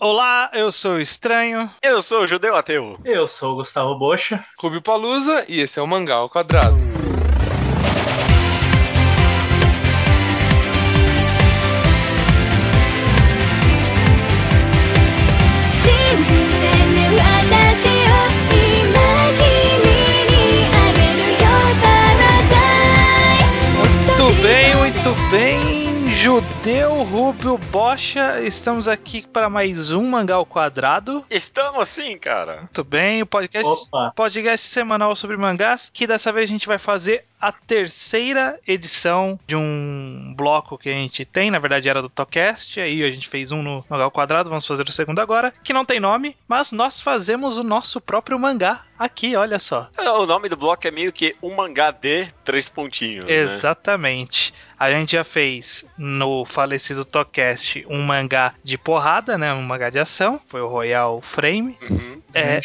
Olá, eu sou o Estranho. Eu sou o Judeu Ateu. Eu sou o Gustavo Bocha. Rubio Palusa e esse é o Mangá ao Quadrado. Muito bem, Judeu, Rubio, Bocha, estamos aqui para mais um Mangá ao Quadrado. Estamos sim, cara. Muito bem, o podcast semanal sobre mangás, que dessa vez a gente vai fazer a terceira edição de um bloco que a gente tem, na verdade era do Tocast, aí a gente fez um no Mangá ao Quadrado, vamos fazer o segundo agora, que não tem nome, mas nós fazemos o nosso próprio mangá aqui, olha só. O nome do bloco é meio que um mangá de 3 pontinhos, Exatamente. Né? A gente já fez no falecido Tocast um mangá de porrada, né? Um mangá de ação. Foi o Royal Frame. Uhum.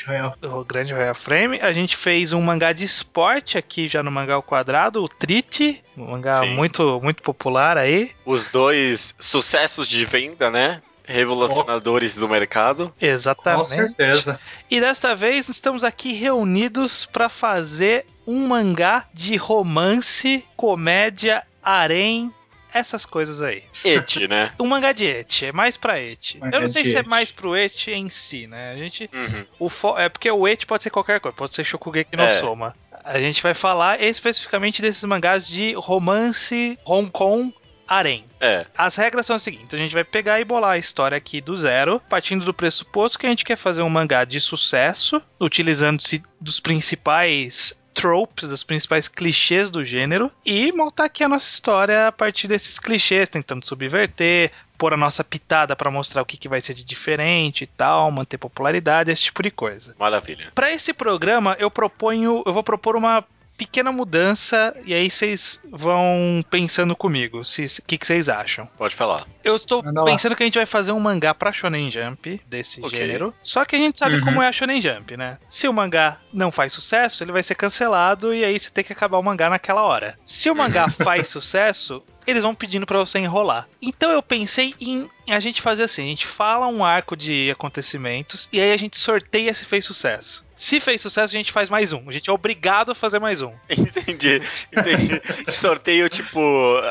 O Grande Royal Frame. A gente fez um mangá de esporte aqui já no Mangá ao Quadrado, o Trite. Um mangá muito, muito popular aí. Os dois sucessos de venda, né? Revolucionadores do mercado. Exatamente. Com certeza. E dessa vez estamos aqui reunidos para fazer um mangá de romance, comédia, harém, essas coisas aí. Eti, né? Um mangá de eti, é mais pra eti. Eu não sei se é mais pro eti em si, né? A gente, é porque o eti pode ser qualquer coisa, pode ser Shokugeki no Soma. A gente vai falar especificamente desses mangás de romance, Hong harém. As regras são as seguintes: a gente vai pegar e bolar a história aqui do zero, partindo do pressuposto que a gente quer fazer um mangá de sucesso, utilizando-se dos principais tropes, dos principais clichês do gênero, e montar aqui a nossa história a partir desses clichês, tentando subverter, pôr a nossa pitada pra mostrar o que vai ser de diferente e tal, manter popularidade, esse tipo de coisa. Maravilha. Pra esse programa, eu vou propor uma pequena mudança, e aí vocês vão pensando comigo, o que vocês acham. Pode falar. Eu estou pensando que a gente vai fazer um mangá pra Shonen Jump, desse gênero, só que a gente sabe como é a Shonen Jump, né? Se o mangá não faz sucesso, ele vai ser cancelado, e aí você tem que acabar o mangá naquela hora. Se o mangá faz sucesso, eles vão pedindo pra você enrolar. Então eu pensei em a gente fazer assim, a gente fala um arco de acontecimentos, e aí a gente sorteia se fez sucesso. Se fez sucesso, a gente faz mais um. A gente é obrigado a fazer mais um. Entendi. Sorteio, tipo,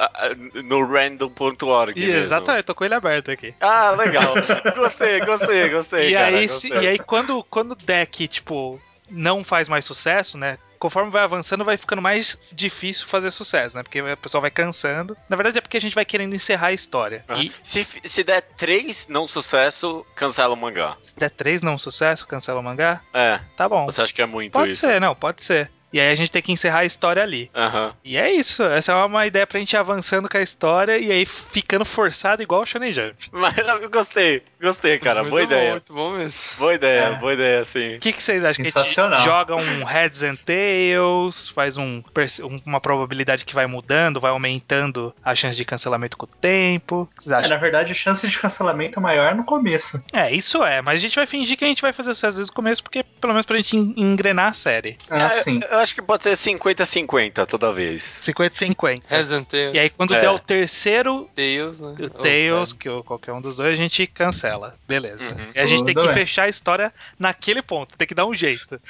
no random.org mesmo. Exatamente, eu tô com ele aberto aqui. Ah, legal. Gostei, e cara. Aí, gostei. E aí, quando o deck, tipo, não faz mais sucesso, né? Conforme vai avançando, vai ficando mais difícil fazer sucesso, né? Porque o pessoal vai cansando. Na verdade, é porque a gente vai querendo encerrar a história. E se der 3 não sucesso, cancela o mangá. Se der 3 não sucesso, cancela o mangá? É. Tá bom. Você acha que é muito pode isso? Pode ser, não, pode ser. E aí a gente tem que encerrar a história ali. E é isso. Essa é uma ideia pra gente ir avançando com a história e aí ficando forçado igual o Shonen Jump. Mas eu gostei, cara. Muito boa ideia. Muito bom mesmo. Boa ideia, sim. O que vocês acham? Que a gente joga um Heads and Tails, faz uma probabilidade que vai mudando, vai aumentando a chance de cancelamento com o tempo? O que vocês acham? Na verdade, a chance de cancelamento é maior no começo. Isso mas a gente vai fingir que a gente vai fazer sucesso desde o começo, porque pelo menos pra gente engrenar a série. Sim. Eu acho que pode ser 50-50 toda vez. 50-50. Heads and Tails. E aí quando der o terceiro Tails, né? O Tails, que qualquer um dos dois, a gente cancela. Beleza. E a gente tem Tudo que bem. fechar a história naquele ponto. Tem que dar um jeito.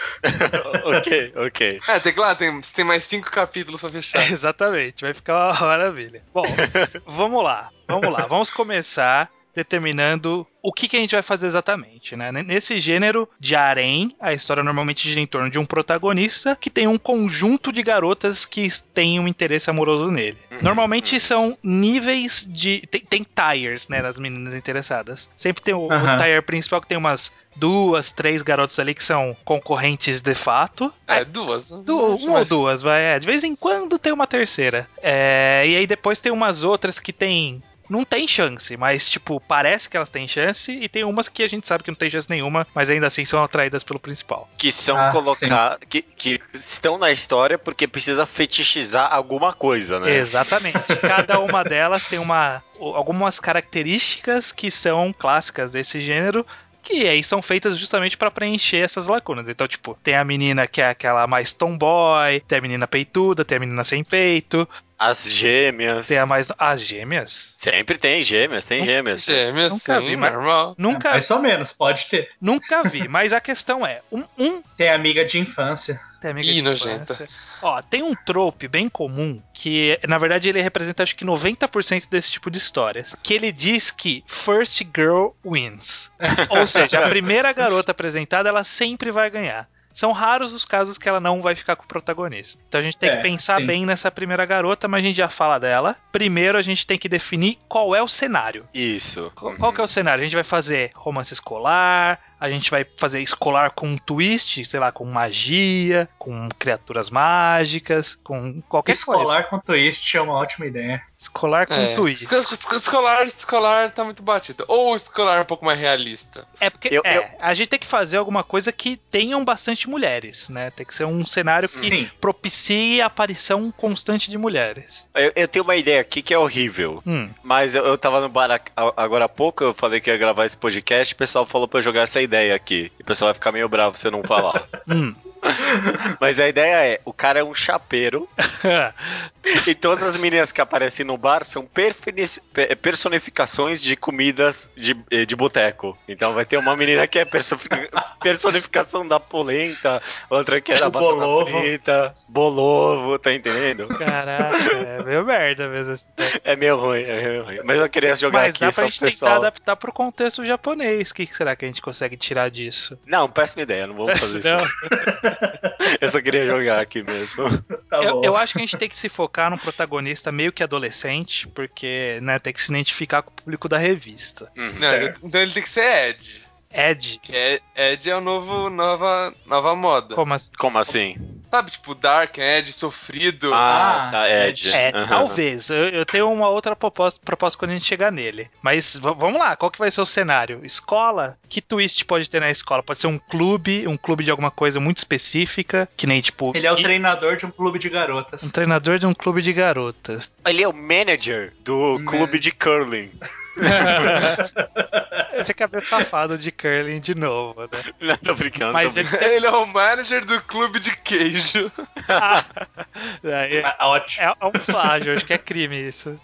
ok. Você tem mais 5 capítulos pra fechar. Exatamente. Vai ficar uma maravilha. Bom, vamos lá. Vamos começar determinando o que a gente vai fazer exatamente, né? Nesse gênero de harém, a história normalmente gira em torno de um protagonista que tem um conjunto de garotas que têm um interesse amoroso nele. Normalmente são níveis de... Tem tiers, né, das meninas interessadas. Sempre tem o tier principal que tem umas 2, 3 garotas ali que são concorrentes de fato. Duas. Uma ou duas, vai. De vez em quando tem uma terceira. E aí depois tem umas outras que tem... Não tem chance, mas, tipo, parece que elas têm chance, e tem umas que a gente sabe que não tem chance nenhuma, mas ainda assim são atraídas pelo principal. Que são colocadas. Que estão na história porque precisa fetichizar alguma coisa, né? Exatamente. Cada uma delas tem algumas características que são clássicas desse gênero, que aí são feitas justamente pra preencher essas lacunas. Então, tipo, tem a menina que é aquela mais tomboy, tem a menina peituda, tem a menina sem peito. As gêmeas. Tem a mais... As gêmeas? Sempre tem gêmeas, tem gêmeas. Gêmeas, Nunca sim, vi, mas... normal. Nunca... Mais ou menos, pode ter. Nunca vi, mas a questão é... Tem amiga de infância. Tem amiga Ih, de nojenta. infância. Ó, tem um trope bem comum que, na verdade, ele representa acho que 90% desse tipo de histórias. Que ele diz que first girl wins. Ou seja, a primeira garota apresentada, ela sempre vai ganhar. São raros os casos que ela não vai ficar com o protagonista. Então a gente tem que pensar bem nessa primeira garota, mas a gente já fala dela. Primeiro a gente tem que definir qual é o cenário. Isso. Qual que é o cenário? A gente vai fazer romance escolar, a gente vai fazer escolar com um twist, sei lá, com magia, com criaturas mágicas, com qualquer coisa. Escolar com twist é uma ótima ideia. Escolar com twist. Escolar tá muito batido. Ou escolar um pouco mais realista. É porque a gente tem que fazer alguma coisa que tenham bastante mulheres, né? Tem que ser um cenário que propicie a aparição constante de mulheres. Eu tenho uma ideia aqui que é horrível. Mas eu tava no bar agora há pouco, eu falei que ia gravar esse podcast, o pessoal falou pra eu jogar essa ideia aqui. E o pessoal vai ficar meio bravo se eu não falar. Mas a ideia é, o cara é um chapeiro e todas as meninas que aparecem no bar são personificações de comidas de boteco. Então vai ter uma menina que é personificação da polenta, outra que é da batata frita, bolovo, tá entendendo? Caraca, é meio merda mesmo. Assim. É meio ruim. Mas eu queria jogar aqui dá pra só gente pro pessoal. tentar adaptar pro contexto japonês. O que será que a gente consegue tirar disso? Não, péssima ideia, não vamos fazer isso. Eu só queria jogar aqui mesmo. Eu acho que a gente tem que se focar num protagonista meio que adolescente, porque, né, tem que se identificar com o público da revista. Não, então ele tem que ser Ed. Ed? Que Ed é o nova moda. Como assim? Sabe, tipo, Dark, Ed, sofrido. Tá, Ed. Talvez. Eu tenho uma outra proposta quando a gente chegar nele. Mas vamos lá, qual que vai ser o cenário? Escola? Que twist pode ter na escola? Pode ser um clube de alguma coisa muito específica, que nem, tipo... Ele é o treinador de um clube de garotas. Um treinador de um clube de garotas. Ele é o manager do clube de curling. Esse cabelo safado de curling de novo, né? Não, tô brincando. Mas ele é o manager do clube de queijo. Ótimo. É um plágio, acho que é crime isso.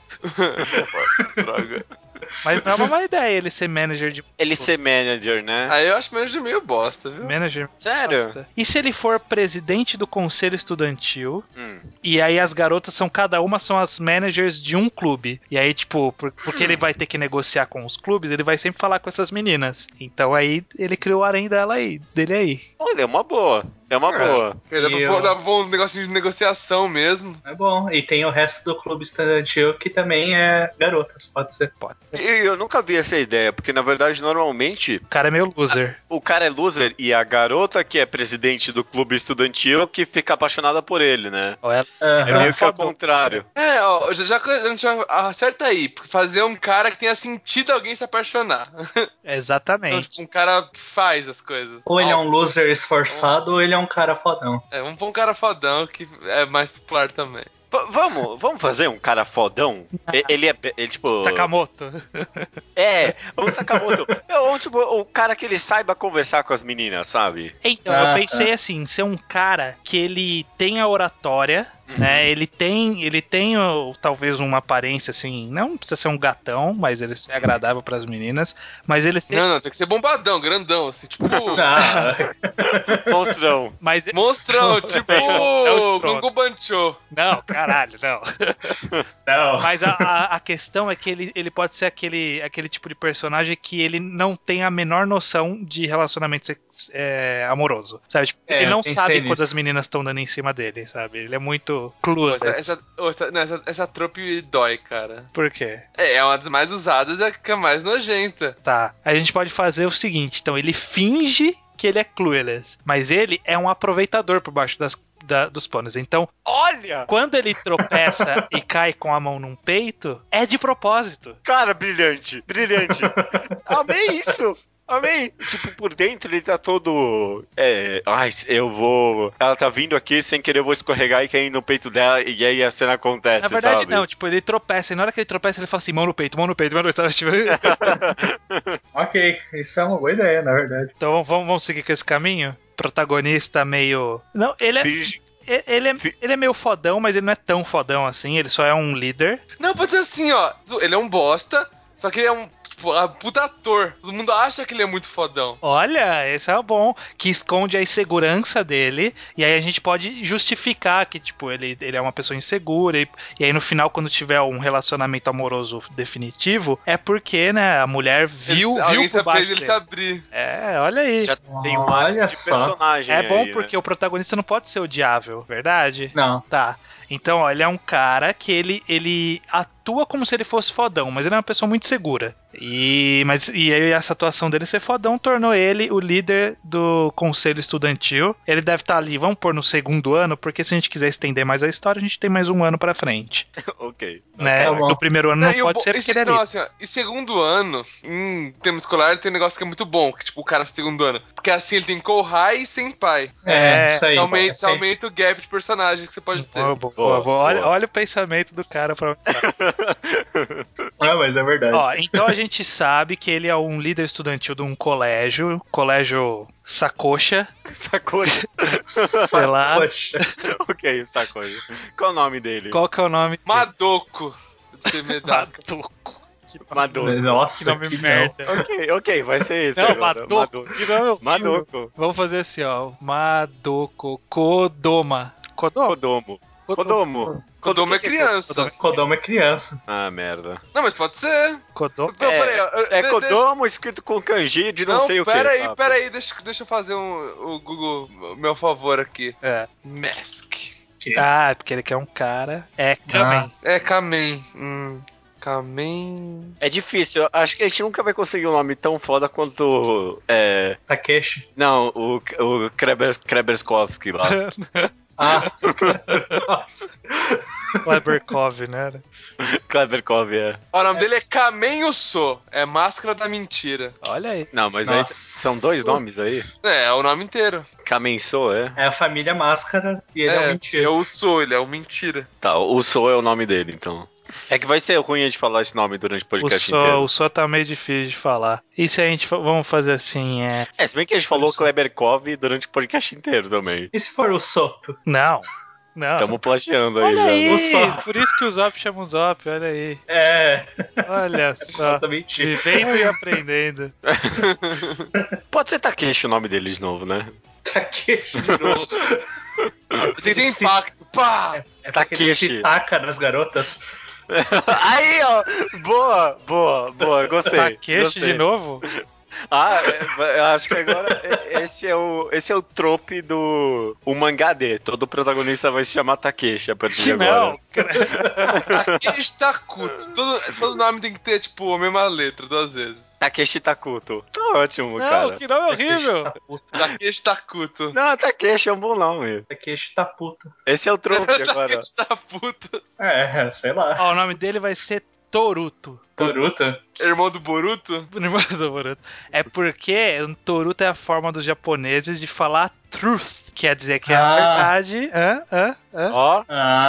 Droga. Mas não é uma má ideia ele ser manager de... Ele ser manager, né? Aí eu acho manager meio bosta, viu? Manager. Sério? Bosta. E se ele for presidente do conselho estudantil, e aí as garotas cada uma são as managers de um clube. E aí, tipo, porque ele vai ter que negociar com os clubes, ele vai sempre falar com essas meninas. Então aí ele criou o harém dele aí. Olha, é uma boa. É uma boa. Dá pra pôr um negocinho de negociação mesmo. É bom. E tem o resto do clube estudantil que também é garotas, pode ser. Pode ser. E eu nunca vi essa ideia, porque na verdade, normalmente... O cara é meio loser. O cara é loser e a garota que é presidente do clube estudantil que fica apaixonada por ele, né? É meio que ao contrário. Já que a gente já acerta aí, fazer um cara que tenha sentido alguém se apaixonar. Exatamente. Então, tipo, um cara que faz as coisas. Ou ele é um loser esforçado, ou ele é um cara fodão. Vamos pôr um cara fodão que é mais popular também. Vamos fazer um cara fodão? Ele tipo... Sakamoto. Um Sakamoto. Tipo, o cara que ele saiba conversar com as meninas, sabe? Então, eu pensei assim, ser um cara que ele tenha oratória, né? Ele tem talvez uma aparência assim, não precisa ser um gatão, mas ele ser agradável pras meninas, mas ele ser... Não, tem que ser bombadão, grandão, assim, tipo... Monstrão. Monstrão, tipo... Gongo Bancho. Não, caralho, não. Não. Mas a questão é que ele pode ser aquele tipo de personagem que ele não tem a menor noção de relacionamento amoroso, sabe? Tipo, ele não sabe quando as meninas estão dando em cima dele, sabe? Ele é muito clueless. Essa trope dói, cara. Por quê? É uma das mais usadas e a que é mais nojenta. Tá, a gente pode fazer o seguinte, então ele finge que ele é clueless, mas ele é um aproveitador por baixo dos panos. Então, olha! Quando ele tropeça e cai com a mão num peito, é de propósito. Cara, brilhante. Amei isso. Amém! Tipo, por dentro ele tá todo. Ai, eu vou. Ela tá vindo aqui sem querer, eu vou escorregar e cair no peito dela, e aí a cena acontece, na verdade, sabe? não, tipo, ele tropeça, e na hora que ele tropeça, ele fala assim, mão no peito, mão no peito, mão no peito, tipo... Ok, isso é uma boa ideia, na verdade. Então vamos seguir com esse caminho? Protagonista meio... Não, ele é... Ele é meio fodão, mas ele não é tão fodão assim, ele só é um líder. Não, pode ser assim, ó. Ele é um bosta, só que ele é um puta ator. Todo mundo acha que ele é muito fodão. Olha, esse é bom. Que esconde a insegurança dele. E aí a gente pode justificar que, tipo, ele é uma pessoa insegura. E aí no final, quando tiver um relacionamento amoroso definitivo, é porque, né, a mulher viu por baixo ele se abrir. É, olha aí. Já tem um arco de personagem. É bom aí, porque né? o protagonista não pode ser odiável, verdade? Não. Tá. Então, ó, ele é um cara que ele atua como se ele fosse fodão, mas ele é uma pessoa muito segura. E aí essa atuação dele ser fodão tornou ele o líder do conselho estudantil. Ele deve estar ali, vamos pôr no segundo ano, porque se a gente quiser estender mais a história, a gente tem mais um ano pra frente. Ok. Né? Tá No primeiro ano não pode ser porque ele é líder. Assim, ó, e segundo ano, em termos escolar, tem um negócio que é muito bom, que tipo, o cara segundo ano. Porque assim ele tem Kohai e Senpai. Isso aí. Aumenta o gap de personagens que você pode ter. Olha o pensamento do cara pra... Mas é verdade. Ó, então a gente sabe que ele é um líder estudantil de um colégio Sacocha. Sacocha. Sei lá. Ok, Sacocha. Qual o nome dele? Qual que é o nome? Madoco. Madoco. Nossa, que nome merda. Ok, vai ser esse não, agora. Madoco. Vamos fazer assim, ó. Madoco. Kodomo. Kodomo é criança. Kodomo é criança. Ah, merda. Não, mas pode ser. Kodomo? Kodomo escrito com kanji de não sei o que. Pera aí, deixa eu fazer o Google meu favor aqui. Mask. Ah, porque ele quer um cara. É Kamen. Kamen. É difícil, acho que a gente nunca vai conseguir um nome tão foda quanto. Takeshi. Não, o Kreberskovski lá. Nossa. Kleberkov, né? Kleberkov, é. O nome dele é Kamen Uso. É Máscara da Mentira. Olha aí. Não, mas aí são dois nomes aí? É o nome inteiro. Kamen So, é? É a família Máscara e ele é um mentira. É o Uso, ele é um mentira. Tá, o So é o nome dele, então. É que vai ser ruim de falar esse nome durante o podcast inteiro. O So tá meio difícil de falar. E se a gente... Vamos fazer assim, se bem que a gente falou Kleberkov durante o podcast inteiro também. E se for o Sop? Não. Estamos plagiando aí. Olha aí, já, por isso que o Zop chama o Zop, olha aí. Olha só. Vivendo e aprendendo. Pode ser Takeshi o nome dele de novo, né? Takeshi de novo. Tem impacto, pá! É Takeshi. Ele se taca nas garotas. Aí, ó! Boa, gostei. Takeshi de novo? Eu acho que agora esse é o trope do mangá D. Todo protagonista vai se chamar Takeshi a partir de agora. Takeshi Takuto. Todo nome tem que ter, tipo, a mesma letra, 2 vezes. Takeshi Takuto. Tá ótimo, cara. Não, que nome horrível. Takeshi Takuto. Não, Takeshi é um bom nome. Takeshi tá puto. Esse é o trope agora. Takeshi tá puto. Sei lá. O nome dele vai ser Toruto. Toruto? Irmão do Boruto? Irmão do Boruto. É porque Toruto é a forma dos japoneses de falar truth. Quer dizer que é a verdade. Ó.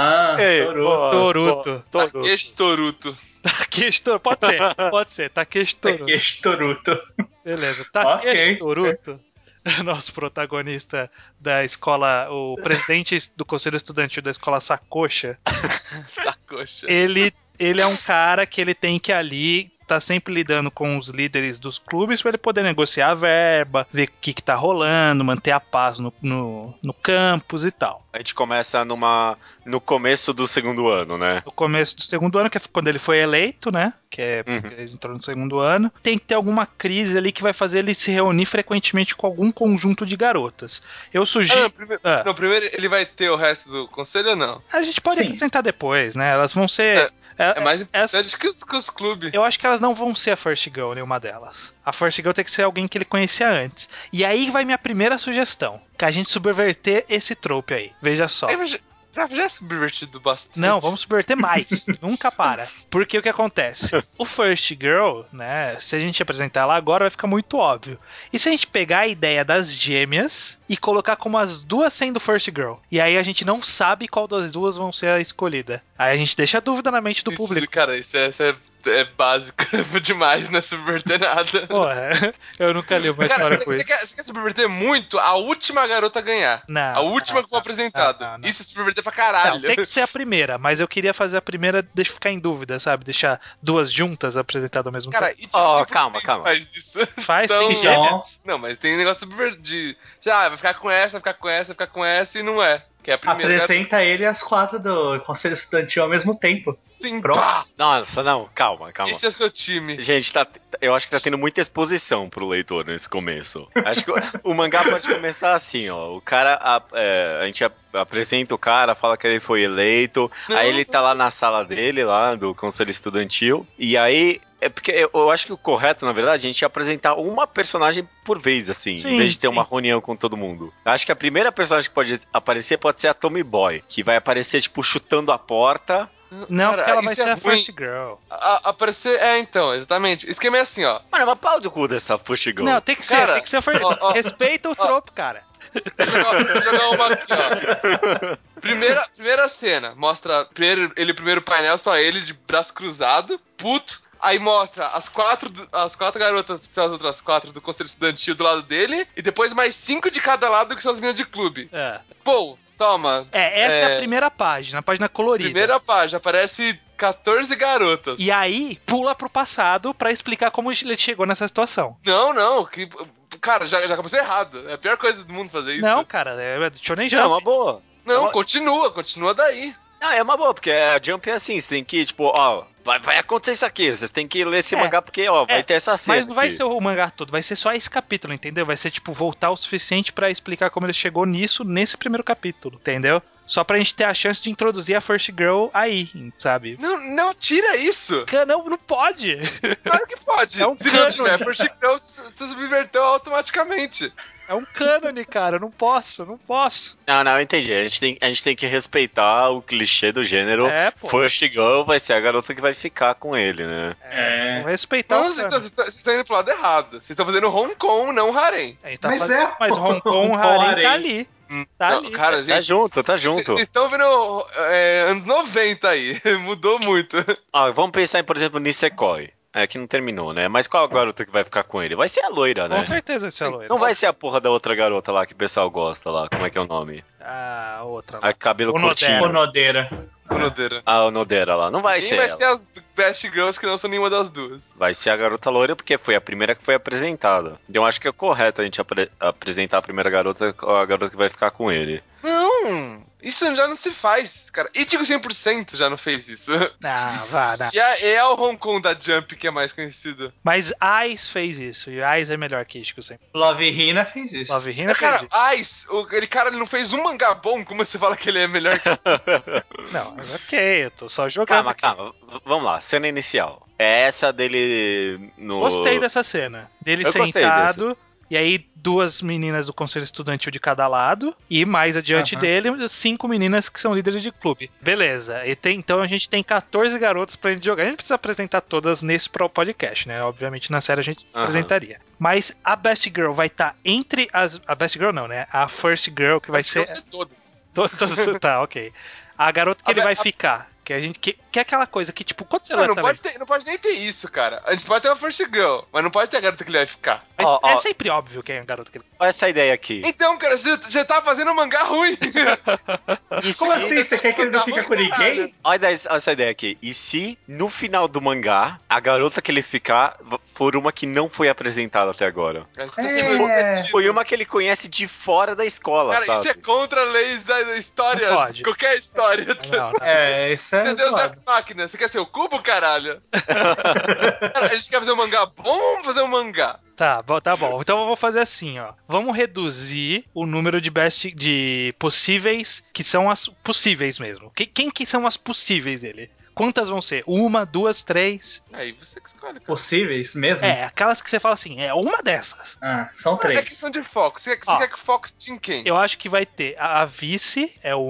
Toruto. Takeshi Toruto. Takeshi Toruto. Pode ser. Takeshi Toruto. Takeshi Toruto. Beleza. Takeshi Toruto. Nosso protagonista da escola, o presidente do conselho estudantil da escola Sacocha. Sacocha. Ele é um cara que ele tem que ali tá sempre lidando com os líderes dos clubes para ele poder negociar a verba, ver o que tá rolando, manter a paz no campus e tal. A gente começa no começo do segundo ano, né? No começo do segundo ano, que é quando ele foi eleito, né? Que é porque ele entrou no segundo ano. Tem que ter alguma crise ali que vai fazer ele se reunir frequentemente com algum conjunto de garotas. Eu sugiro... Primeiro ele vai ter o resto do conselho ou não? A gente pode acrescentar depois, né? Elas vão ser... É mais importante que os clubes. Eu acho que elas não vão ser a First Girl, nenhuma delas. A First Girl tem que ser alguém que ele conhecia antes. E aí vai minha primeira sugestão. Que a gente subverter esse trope aí. Veja só. Já é subvertido bastante. Não, vamos subverter mais. Nunca para. Porque o que acontece? O First Girl, né? Se a gente apresentar ela agora, vai ficar muito óbvio. E se a gente pegar a ideia das gêmeas e colocar como as duas sendo First Girl? E aí a gente não sabe qual das duas vão ser a escolhida. Aí a gente deixa a dúvida na mente do público. Cara, isso é básico demais, não é subverter nada. Porra, eu nunca li uma história com isso. Você quer subverter muito a última garota ganhar. Não, a última que foi apresentada. Não. Isso é subverter pra caralho. Não, tem que ser a primeira, mas eu queria fazer a primeira, deixa eu ficar em dúvida, sabe? Deixar duas juntas apresentadas ao mesmo tempo. Cara, calma. Faz isso. Faz, então, tem gêmeas. Não, mas tem negócio subvertido. Vai ficar com essa, vai ficar com essa, vai ficar com essa e não é. Que é a primeira. Apresenta ele e as 4 do Conselho Estudantil ao mesmo tempo. Sim, pronto. Nossa, não, calma. Esse é o seu time. Gente, eu acho que tá tendo muita exposição pro leitor nesse começo. Acho que o mangá pode começar assim, ó. O cara, a gente apresenta o cara, fala que ele foi eleito, aí ele tá lá na sala dele, lá do Conselho Estudantil, e aí... É porque eu acho que o correto, na verdade, a gente apresentar uma personagem por vez, assim, em vez de ter uma reunião com todo mundo. Eu acho que a primeira personagem que pode aparecer pode ser a Tommy Boy, que vai aparecer, tipo, chutando a porta. Não, cara, porque ela vai ser a First Girl. Aparecer, então, exatamente. O esquema é assim, ó. Mano, é uma pau do cu dessa First Girl. Não, tem que ser a First Girl. Respeita o tropo, cara. Vou jogar uma aqui, ó. Primeira cena, mostra ele primeiro painel, só ele de braço cruzado, puto. Aí mostra as quatro garotas, que são as outras 4 do Conselho Estudantil do lado dele, e depois mais 5 de cada lado, que são as meninas de clube. Pô, toma. Essa é a primeira página, a página colorida. Primeira página, aparece 14 garotas. E aí, pula pro passado pra explicar como ele chegou nessa situação. Não, cara, já começou errado. É a pior coisa do mundo fazer isso. Não, cara, é Shonen Jump. É uma boa. Não, continua daí. É uma boa, porque a Jump é assim, você tem que, tipo, ó, vai acontecer isso aqui, vocês têm que ler esse mangá porque, ó, vai ter essa cena. Mas não vai ser o mangá todo, vai ser só esse capítulo, entendeu? Vai ser, tipo, voltar o suficiente pra explicar como ele chegou nisso nesse primeiro capítulo, entendeu? Só pra gente ter a chance de introduzir a First Girl aí, sabe? Não tira isso! Não pode! Claro que pode! É um Se não tiver First Girl, você subverteu automaticamente. É um cânone, cara, eu não posso. Não, eu entendi. A gente tem que respeitar o clichê do gênero. First Girl vai ser a garota que vai ficar com ele, né? Vou respeitar o vocês estão indo pro lado errado. Vocês estão fazendo Hong Kong, não Harem. Mas Hong Kong, Harem tá ali. Ali. Cara, gente, tá junto. Vocês estão vendo anos 90 aí. Mudou muito. Vamos pensar em, por exemplo, Nisekoi. Que não terminou, né? Mas qual a garota que vai ficar com ele? Vai ser a loira, né? Com certeza vai ser a loira. Não vai ser a porra da outra garota lá que o pessoal gosta lá. Como é que é o nome? A outra. A cabelo curtinho. Onodeira. A Onodeira lá. Não vai ser vai ser as Best Girls que não são nenhuma das duas. Vai ser a garota loira porque foi a primeira que foi apresentada. Então acho que é correto a gente apresentar a primeira garota, a garota que vai ficar com ele. Não! Isso já não se faz, cara. Ichigo 100% já não fez isso. Não, vá. E é o Hong Kong da Jump que é mais conhecido. Mas Ice fez isso. E Ice é melhor que Ichigo 100%. Love Hina fez isso. Cara, Ice, aquele cara ele não fez um mangá bom. Como você fala que ele é melhor que... Não, ok, eu tô só jogando. Calma. Vamos lá, cena inicial. É essa dele no... Gostei dessa cena. Dele sentado... E aí, 2 meninas do Conselho Estudantil de cada lado. E mais adiante dele, 5 meninas que são líderes de clube. Beleza. Então a gente tem 14 garotas pra gente jogar. A gente precisa apresentar todas nesse podcast, né? Obviamente na série a gente apresentaria. Mas a Best Girl vai estar entre as... A Best Girl não, né? A First Girl que vai ser... Todas. Tá, ok. A garota que ele vai ficar. Que a gente. Que é aquela coisa que, tipo, quando você não pode nem ter isso, cara. A gente pode ter uma First Girl, mas não pode ter a garota que ele vai ficar. Mas é sempre óbvio quem é a garota que ele... Olha essa ideia aqui. Então, cara, você tá fazendo um mangá ruim. Como assim? Você quer que ele não fique com ninguém? Olha essa ideia aqui. E se, no final do mangá, a garota que ele ficar for uma que não foi apresentada até agora? Foi uma que ele conhece de fora da escola, cara, sabe? Isso é contra leis da história. Não pode. Qualquer história. Não. Isso Você deu Deus Máquina, você quer ser o cubo, caralho? Cara, a gente quer fazer um mangá bom ou vamos fazer um mangá? Tá bom. Então eu vou fazer assim, ó. Vamos reduzir o número de possíveis, que são as possíveis mesmo. Quem que são as possíveis dele? Quantas vão ser? 1, 2, 3? Aí você que escolhe, cara. Possíveis mesmo? Aquelas que você fala assim, é uma dessas. São 3. É questão de foco. Você quer que o foco esteja em quem? Eu acho que vai ter a vice, é uma.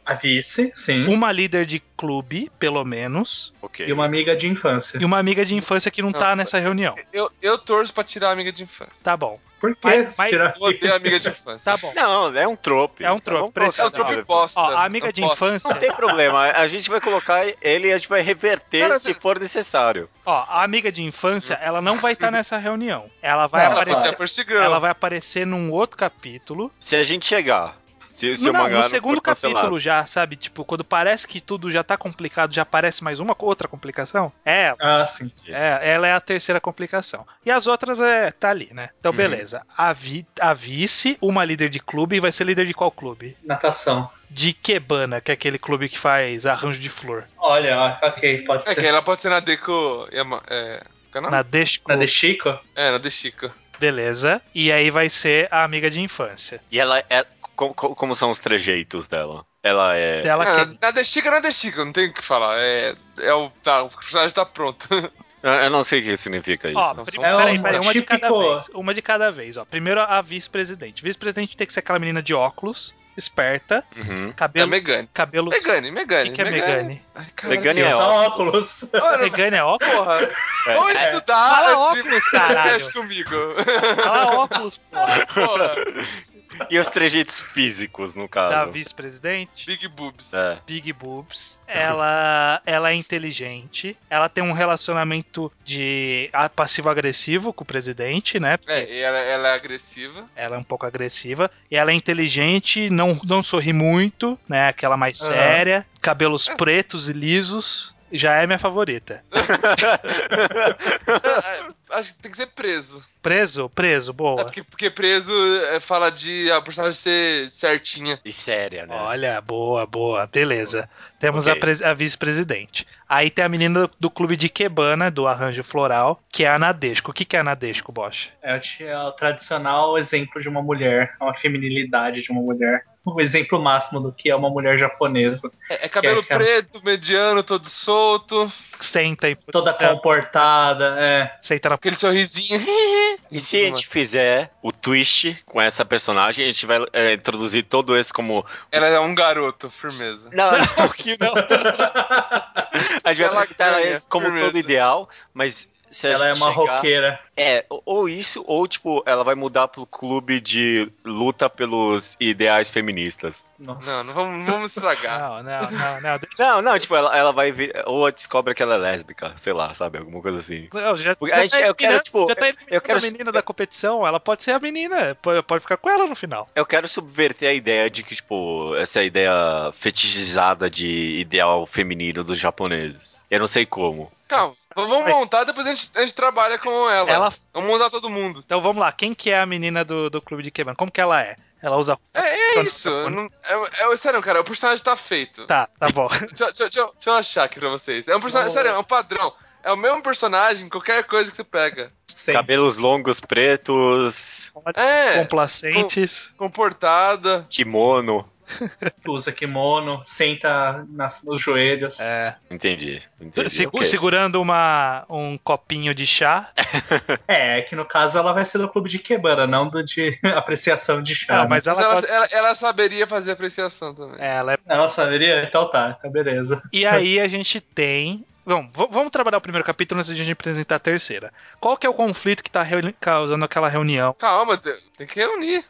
A vice, sim. Uma líder de clube, pelo menos. Okay. E uma amiga de infância. E uma amiga de infância que não tá nessa reunião. Eu torço pra tirar a amiga de infância. Tá bom. Por que tirar eu odeio a amiga de infância. Tá bom. Não, é um trope. É um trope. É um trope bosta. Ó, a amiga de infância... Não tem problema. A gente vai colocar ele e a gente vai reverter se for necessário. Ó, a amiga de infância, ela não vai estar nessa reunião. Ela vai aparecer... Ela vai aparecer num outro capítulo. Se a gente chegar... No segundo capítulo já, sabe? Tipo, quando parece que tudo já tá complicado, já aparece mais uma outra complicação. Sim. Ela é a terceira complicação. E as outras tá ali, né? Então, beleza. A vice, uma líder de clube, vai ser líder de qual clube? Natação. De Ikebana, que é aquele clube que faz arranjo de flor. Olha, ok, pode ser. Que ela pode ser na Deco... Na Deshiko? Na Deshiko? Na Deshiko. Beleza. E aí vai ser a amiga de infância. E ela é... Como são os trejeitos dela? Ela é... Na Deshiko, não tem o que falar. O personagem tá pronto. Eu não sei o que significa isso. Ó, peraí, uma de cada vez. Uma de cada vez, ó. Primeiro a vice-presidente. Vice-presidente tem que ser aquela menina de óculos, esperta, cabelo... Megane. Cabelos... Megane. O que é Megane? Megane é óculos. Megane é óculos? Porra. Vou estudar. Fala óculos, caralho. Comigo. Fala óculos, porra. E os trejeitos físicos, no caso? Da vice-presidente. Big boobs. Big boobs. Ela é inteligente. Ela tem um relacionamento de passivo-agressivo com o presidente, né? E ela é agressiva. Ela é um pouco agressiva. E ela é inteligente, não sorri muito, né? Aquela mais séria. Cabelos pretos e lisos. Já é minha favorita. Acho que tem que ser preso. Preso, boa. Porque preso fala de a personagem ser certinha. E séria, né? Olha, boa. Beleza. Temos a vice-presidente. Aí tem a menina do clube de Ikebana, do arranjo floral, que é a Nadeshiko. O que é a Nadeshiko, Bosch? É o tradicional exemplo de uma mulher, uma feminilidade de uma mulher. O exemplo máximo do que é uma mulher japonesa. Cabelo preto, mediano, todo solto. Senta em posição. Toda comportada, Senta na... Aquele sorrisinho. E se a gente fizer o twist com essa personagem, a gente vai introduzir todo esse como... Ela é um garoto, firmeza. Não, que não. A gente vai apresentar ela como firmeza. todo ideal, mas... Ela é uma roqueira. Ou isso, ou tipo, ela vai mudar pro clube de luta pelos ideais feministas. Nossa. Não vamos estragar. Não. Tipo, ela vai vir, ou descobre que ela é lésbica, sei lá, sabe? Alguma coisa assim. Eu quero a menina da competição, ela pode ser a menina, pode ficar com ela no final. Eu quero subverter a ideia de que, tipo, essa ideia fetichizada de ideal feminino dos japoneses. Eu não sei como. Calma. Vamos montar, depois a gente trabalha com ela. Vamos montar todo mundo. Então vamos lá, quem que é a menina do clube de Ikebana? Como que ela é? Ela usa... isso. Sério, cara, o personagem tá feito. Tá bom. Deixa eu achar aqui pra vocês. É um personagem, sério, é um padrão. É o mesmo personagem, qualquer coisa que você pega. Sim. Cabelos longos, pretos. Complacentes. Comportada. Kimono. Usa kimono, senta nos joelhos. Entendi. Segurando um copinho de chá. Que no caso ela vai ser do clube de Ikebana, não do de apreciação de chá. Mas ela saberia fazer apreciação também. Ela saberia? Então tá, beleza. E aí a gente tem... Vamos trabalhar o primeiro capítulo antes de a gente apresentar a terceira. Qual que é o conflito que tá causando aquela reunião? Calma, tem que reunir.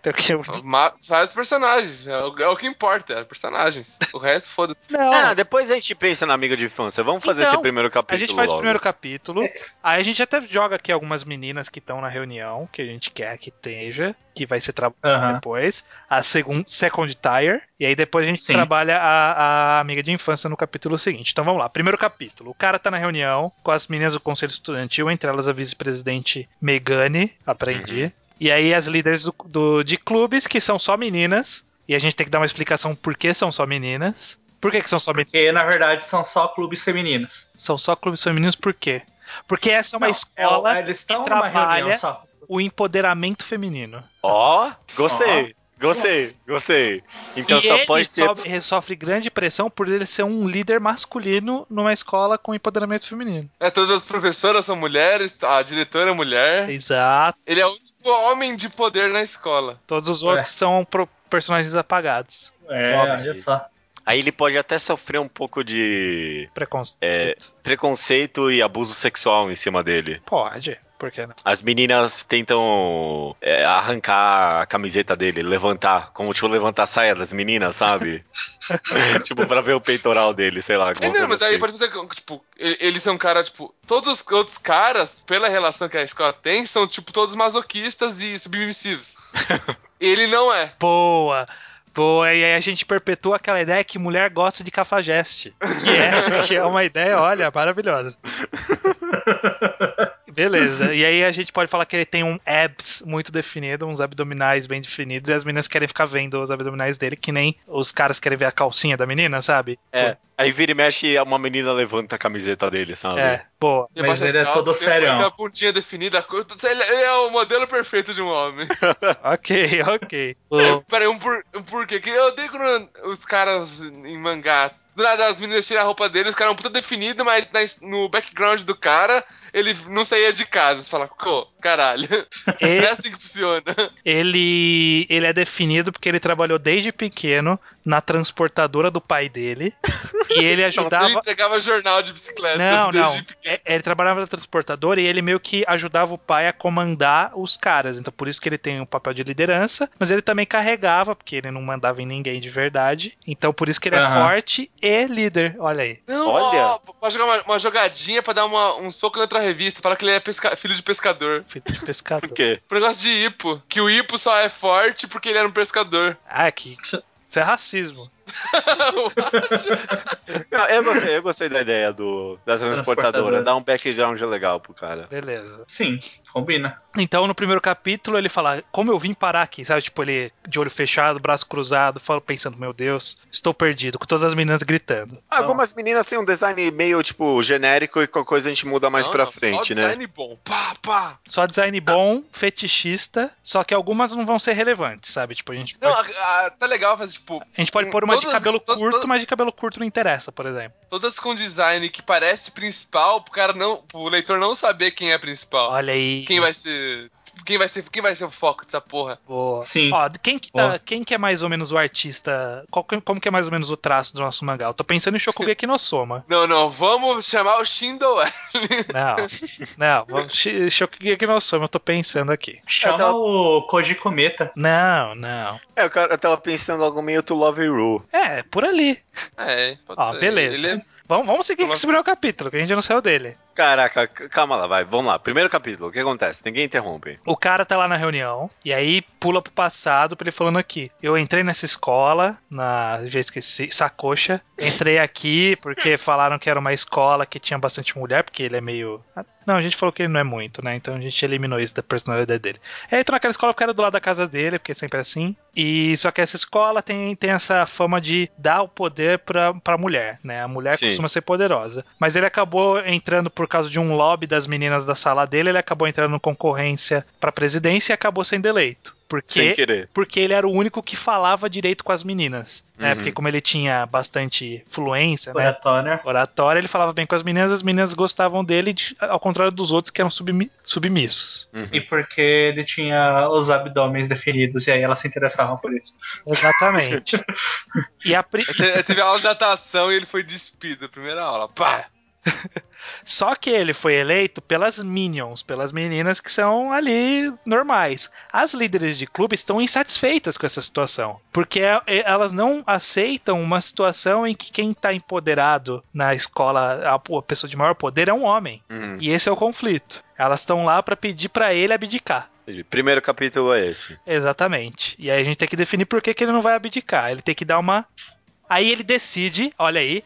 Faz os personagens. É o que importa, personagens. O resto, foda-se. Depois a gente pensa na amiga de infância. Vamos fazer esse primeiro capítulo. A gente faz o primeiro capítulo. Aí a gente até joga aqui algumas meninas que estão na reunião, que a gente quer que esteja, que vai ser trabalhado depois. A second tier. E aí depois a gente trabalha a amiga de infância no capítulo seguinte. Então vamos lá, primeiro capítulo. O cara tá na reunião com as meninas do conselho estudantil, entre elas a vice-presidente Megane, aprendi. E aí as líderes de clubes, que são só meninas. E a gente tem que dar uma explicação por que são só meninas. Por que são só meninas? Porque, na verdade, são só clubes femininos. São só clubes femininos por quê? Porque essa é uma escola eles que trabalha o empoderamento feminino. Gostei. Gostei. Então só pode ser... Ele sofre grande pressão por ele ser um líder masculino numa escola com empoderamento feminino. Todas as professoras são mulheres, a diretora é mulher. Exato. Ele é o único homem de poder na escola. Todos os outros são personagens apagados. Olha só. Aí ele pode até sofrer um pouco de preconceito e abuso sexual em cima dele. Pode. Por que não? As meninas tentam arrancar a camiseta dele, levantar, como tipo levantar a saia das meninas, sabe? Tipo, pra ver o peitoral dele, sei lá. Não, mas aí pode ser que, tipo, eles são cara, tipo, todos os outros caras, pela relação que a escola tem, são, tipo, todos masoquistas e submissivos. Ele não é. Boa, e aí a gente perpetua aquela ideia que mulher gosta de cafajeste. Que é uma ideia, olha, maravilhosa. Beleza, e aí a gente pode falar que ele tem um abs muito definido, uns abdominais bem definidos, e as meninas querem ficar vendo os abdominais dele, que nem os caras querem ver a calcinha da menina, sabe? Aí vira e mexe, uma menina levanta a camiseta dele, sabe? Boa. Mas ele é todo sério. A pontinha definida, ele é o modelo perfeito de um homem. Ok. Peraí, um porquê? Que eu odeio quando os caras em mangá, do nada as meninas tiram a roupa dele, os caras são puta definido, mas no background do cara, ele não saía de casa. Você fala, caralho. Não é assim que funciona. Ele é definido porque ele trabalhou desde pequeno na transportadora do pai dele. E ele ajudava. Ele entregava jornal de bicicleta. Não. Ele trabalhava na transportadora e ele meio que ajudava o pai a comandar os caras. Então por isso que ele tem um papel de liderança. Mas ele também carregava, porque ele não mandava em ninguém de verdade. Então por isso que ele é forte e líder. Olha aí. Não, olha. Pode jogar uma jogadinha pra dar um soco em outra revista. Falar que ele é filho de pescador. Filho de pescador. Por quê? Por negócio de hipo. Que o hipo só é forte porque ele era um pescador. Isso é racismo. Não, eu gostei da ideia da transportadora. Dá um background legal pro cara. Beleza. Sim, combina. Então, no primeiro capítulo, ele fala, como eu vim parar aqui, sabe? Tipo, ele de olho fechado, braço cruzado, pensando, meu Deus, estou perdido, com todas as meninas gritando. Algumas meninas têm um design meio, tipo, genérico e qualquer coisa a gente muda mais pra frente, né? Só design bom. Pá. Só design bom, fetichista, só que algumas não vão ser relevantes, sabe? Tipo, a gente pode... tá legal fazer, tipo... A gente pode pôr uma de cabelo curto, mas de cabelo curto não interessa, por exemplo. Todas com design que parece principal, pro leitor não saber quem é principal. Olha aí. Quem vai ser o foco dessa porra? Boa. Sim. Ó, quem que é mais ou menos o artista? Como que é mais ou menos o traço do nosso mangá? Eu tô pensando em Shokugeki no Soma. Não, vamos chamar o Shindo Não, Shokugeki no Soma, eu tô pensando aqui. Chama o Koji Kometa. Não. Eu tava pensando algo meio To Love Ru. Por ali. Pode ser. Beleza. Vamos seguir com esse primeiro capítulo, que a gente não saiu dele. Caraca, calma lá, vai, vamos lá. Primeiro capítulo, o que acontece? Ninguém interrompe. O cara tá lá na reunião, e aí pula pro passado pra ele falando aqui. Eu entrei nessa escola, já esqueci, Sacocha. Entrei aqui porque falaram que era uma escola que tinha bastante mulher, porque ele é meio... Não, a gente falou que ele não é muito, né? Então a gente eliminou isso da personalidade dele. Aí entrou naquela escola porque era do lado da casa dele, porque sempre é assim. E só que essa escola tem essa fama de dar o poder pra mulher, né? A mulher costuma ser poderosa. Mas ele acabou entrando por causa de um lobby das meninas da sala dele, ele acabou entrando em concorrência pra presidência e acabou sendo eleito. Sem querer. Porque ele era o único que falava direito com as meninas, né? Porque como ele tinha bastante fluência, oratória, ele falava bem com as meninas gostavam dele, ao contrário dos outros que eram submissos. E porque ele tinha os abdômenes definidos, e aí elas se interessavam por isso. Exatamente. Teve aula de natação e ele foi despido, primeira aula. Pá! Só que ele foi eleito pelas minions, pelas meninas que são ali normais. As líderes de clube estão insatisfeitas com essa situação, porque elas não aceitam uma situação em que quem está empoderado na escola, a pessoa de maior poder é um homem. E esse é o conflito. Elas estão lá para pedir para ele abdicar. Primeiro capítulo é esse. Exatamente. E aí a gente tem que definir por que ele não vai abdicar. Ele tem que dar uma... Aí ele decide, olha aí,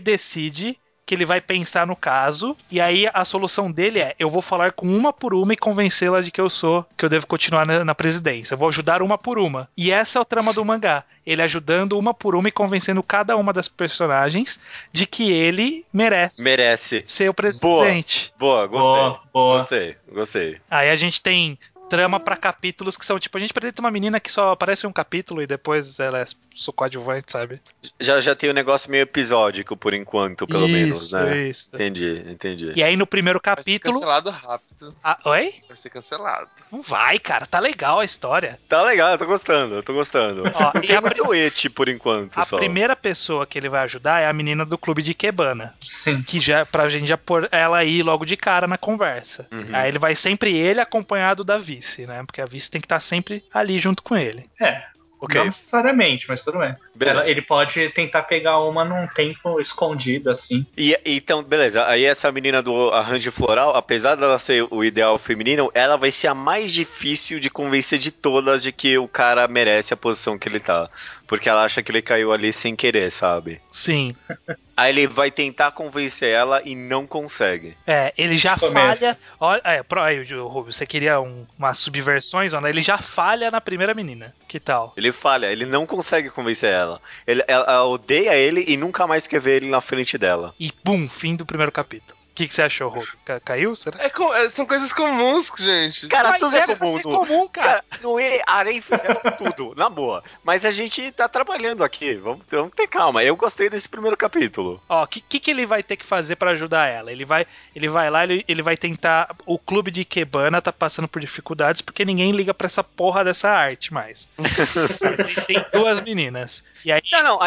que ele vai pensar no caso, e aí a solução dele é, eu vou falar com uma por uma e convencê-la de que eu devo continuar na presidência. Eu vou ajudar uma por uma. E essa é o trama do mangá. Ele ajudando uma por uma e convencendo cada uma das personagens de que ele merece ser o presidente. Boa, gostei. Boa. Gostei. Aí a gente tem trama pra capítulos que são, tipo, a gente apresenta uma menina que só aparece em um capítulo e depois ela é só coadjuvante, sabe? Já tem um negócio meio episódico, por enquanto, pelo menos, né? Isso. Entendi. E aí no primeiro capítulo... Vai ser cancelado rápido. Oi? Vai ser cancelado. Não vai, cara. Tá legal a história. Tá legal, eu tô gostando. Ó, não tem muito eti por enquanto, só. A primeira pessoa que ele vai ajudar é a menina do clube de Ikebana. Sim. Que já, pra gente já pôr ela aí logo de cara na conversa. Uhum. Aí ele vai sempre ele acompanhado da vice, né? Porque a vice tem que estar sempre ali junto com ele. Okay. Não necessariamente, mas tudo bem. Ele pode tentar pegar uma num tempo escondido, assim. Então, beleza. Aí essa menina do arranjo floral, apesar dela ser o ideal feminino, ela vai ser a mais difícil de convencer de todas de que o cara merece a posição que ele tá. Porque ela acha que ele caiu ali sem querer, sabe? Sim. Aí ele vai tentar convencer ela e não consegue. Ele já falha. Olha, aí, Rubio, você queria umas subversões? Ele já falha na primeira menina. Que tal? Ele falha, ele não consegue convencer ela. Ela odeia ele e nunca mais quer ver ele na frente dela. E pum, fim do primeiro capítulo. O que você achou, Rubio? Caiu? Será? São coisas comuns, gente. Cara, tudo é comum, cara. No Arém fizeram tudo, na boa. Mas a gente tá trabalhando aqui. Vamos ter calma. Eu gostei desse primeiro capítulo. Ó, o que ele vai ter que fazer pra ajudar ela? Ele vai lá, ele vai tentar... O clube de Ikebana tá passando por dificuldades porque ninguém liga pra essa porra dessa arte mais. tem duas meninas. E aí, não.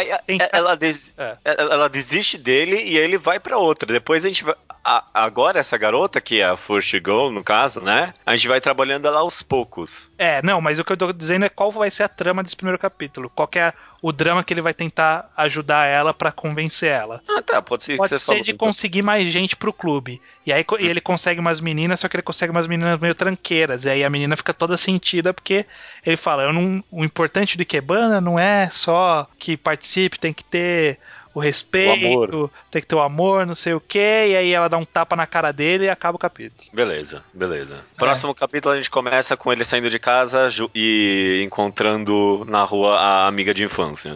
Ela desiste dele e ele vai pra outra. Depois a gente vai... Agora essa garota, que é a First Girl, no caso, né? A gente vai trabalhando ela aos poucos. Não, mas o que eu tô dizendo é qual vai ser a trama desse primeiro capítulo. Qual que é o drama que ele vai tentar ajudar ela pra convencer ela. Tá, pode ser de conseguir mais gente pro clube. E aí ele consegue umas meninas, só que ele consegue umas meninas meio tranqueiras. E aí a menina fica toda sentida porque ele fala, o importante do Ikebana não é só que participe, tem que ter... o respeito, tem que ter o amor, não sei o que, e aí ela dá um tapa na cara dele e acaba o capítulo. Beleza. Próximo capítulo a gente começa com ele saindo de casa e encontrando na rua a amiga de infância.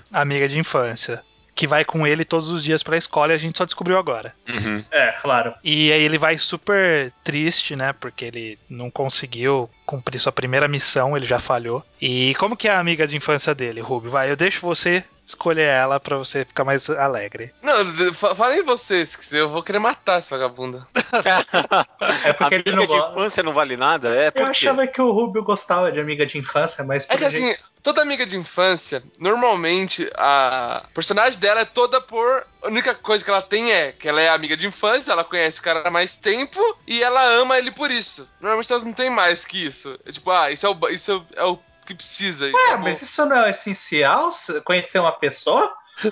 Que vai com ele todos os dias pra escola e a gente só descobriu agora. Uhum. Claro. E aí ele vai super triste, né? Porque ele não conseguiu cumprir sua primeira missão, ele já falhou. E como que é a amiga de infância dele, Rubio? Vai, eu deixo você escolher ela pra você ficar mais alegre. Não, falem vocês, que eu vou querer matar essa vagabunda. Porque amiga ele de infância não vale nada? Eu achava que o Rubio gostava de amiga de infância, mas... assim, toda amiga de infância, normalmente, a personagem dela é toda por... A única coisa que ela tem é que ela é amiga de infância, ela conhece o cara há mais tempo e ela ama ele por isso. Normalmente elas não tem mais que isso. É tipo, isso é o que precisa. Mas isso não é essencial? Conhecer uma pessoa?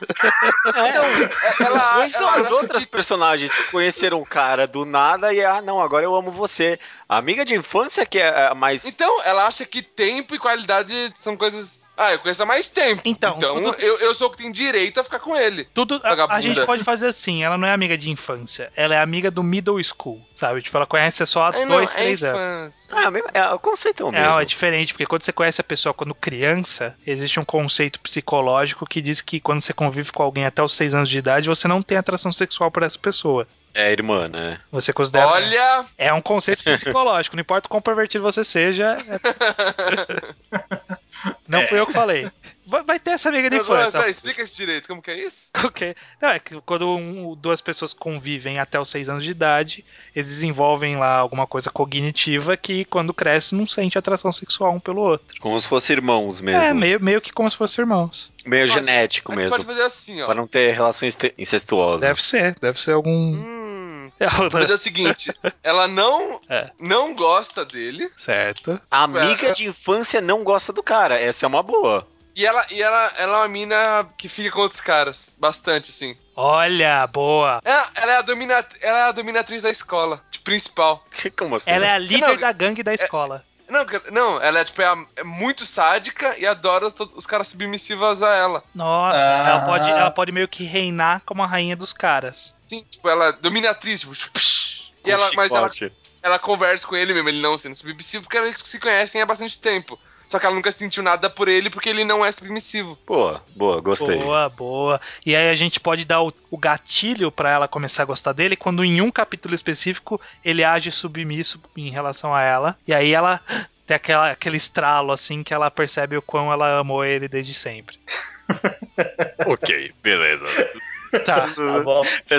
Quem são as outras personagens que conheceram o cara do nada e agora eu amo você. A amiga de infância que é mais... Então, ela acha que tempo e qualidade são coisas... eu conheço há mais tempo. Então eu sou o que tem direito a ficar com ele. A gente pode fazer assim, ela não é amiga de infância, ela é amiga do middle school, sabe? Tipo, ela conhece só há 2, 3 anos. O conceito é o mesmo. É diferente, porque quando você conhece a pessoa quando criança, existe um conceito psicológico que diz que quando você convive com alguém até os 6 anos de idade, você não tem atração sexual por essa pessoa. É irmã, né? Você considera... Olha! É um conceito psicológico, não importa o quão pervertido você seja... Não fui eu que falei. Vai ter essa amiga de infância. Explica esse direito, como que é isso? Ok. Não, é que quando duas pessoas convivem até os 6 anos de idade, eles desenvolvem lá alguma coisa cognitiva que quando cresce não sente atração sexual um pelo outro. Como se fossem irmãos mesmo. Meio que como se fossem irmãos. Meio genético mesmo. Pode fazer assim, ó. Pra não ter relações incestuosas. Deve ser algum... Mas é o seguinte, ela não gosta dele. Certo. A amiga de infância não gosta do cara. Essa é uma boa. E ela é uma mina que fica com outros caras. Bastante, assim. Olha, boa. Ela é a dominatriz da escola, de principal. Como assim? Ela é a líder da gangue da escola. Não, ela é, tipo, é muito sádica e adora os caras submissivos a ela. Nossa, ela pode meio que reinar como a rainha dos caras. Sim, tipo, ela é dominatriz, tipo, mas ela conversa com ele mesmo, ele não sendo submissivo, porque eles se conhecem há bastante tempo. Só que ela nunca sentiu nada por ele porque ele não é submissivo. Boa, gostei. Boa. E aí a gente pode dar o gatilho pra ela começar a gostar dele quando em um capítulo específico ele age submisso em relação a ela. E aí ela Tem aquele estralo, assim, que ela percebe o quão ela amou ele desde sempre. Ok, beleza. Tá bom.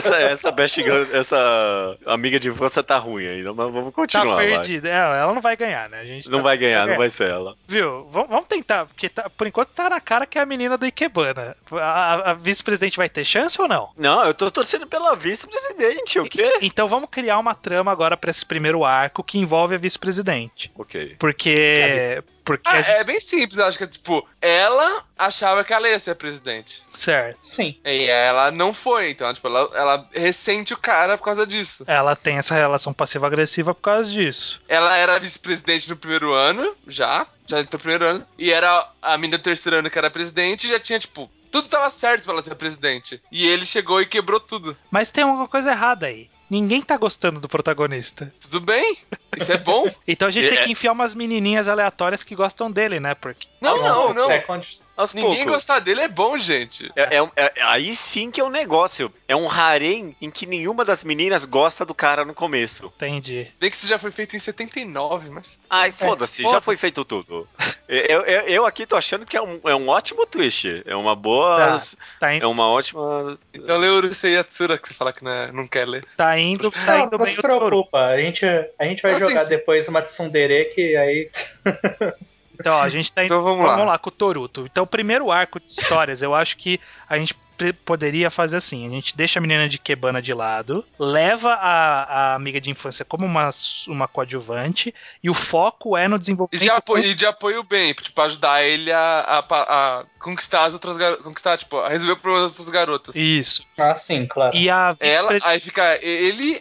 Essa amiga de infância tá ruim ainda, mas vamos continuar, tá perdida. Ela não vai ganhar, né? A gente não vai ganhar, não vai ser ela. Viu? Vamos tentar, porque por enquanto tá na cara que é a menina do Ikebana. A vice-presidente vai ter chance ou não? Não, eu tô torcendo pela vice-presidente, o quê? Então vamos criar uma trama agora pra esse primeiro arco que envolve a vice-presidente. Ok. Porque gente... É bem simples, acho que tipo, ela achava que ela ia ser presidente. Certo. Sim. E ela não foi, então, tipo, ela ressente o cara por causa disso. Ela tem essa relação passiva-agressiva por causa disso. Ela era vice-presidente no primeiro ano, já entrou no primeiro ano, e era a menina do terceiro ano que era presidente, e já tinha, tipo, tudo tava certo pra ela ser presidente. E ele chegou e quebrou tudo. Mas tem alguma coisa errada aí. Ninguém tá gostando do protagonista. Tudo bem? Isso é bom? Então a gente tem que enfiar umas menininhas aleatórias que gostam dele, né? Porque... Não. Ninguém poucos. gostar dele é bom, gente. Aí sim que é um negócio. É um harém em que nenhuma das meninas gosta do cara no começo. Entendi. Bem que isso já foi feito em 79, mas... Ai, foda-se, já foi feito tudo. Eu aqui tô achando que é um ótimo twist. É uma boa... É uma ótima... Então lê Urusei Yatsura, que você fala que não quer ler. Tá indo não bem se preocupa, a gente vai jogar depois uma tsundere que aí... Então, ó, a gente tá indo. Então vamos lá Com o Toruto. Então, o primeiro arco de histórias, eu acho que a gente poderia fazer assim: a gente deixa a menina de Ikebana de lado, leva a amiga de infância como uma coadjuvante, e o foco é no desenvolvimento. E de apoio bem, tipo, ajudar ele a conquistar as outras garotas. Conquistar, tipo, a resolver o problema das outras garotas. Isso. Ah, sim, claro. E a aí fica ele,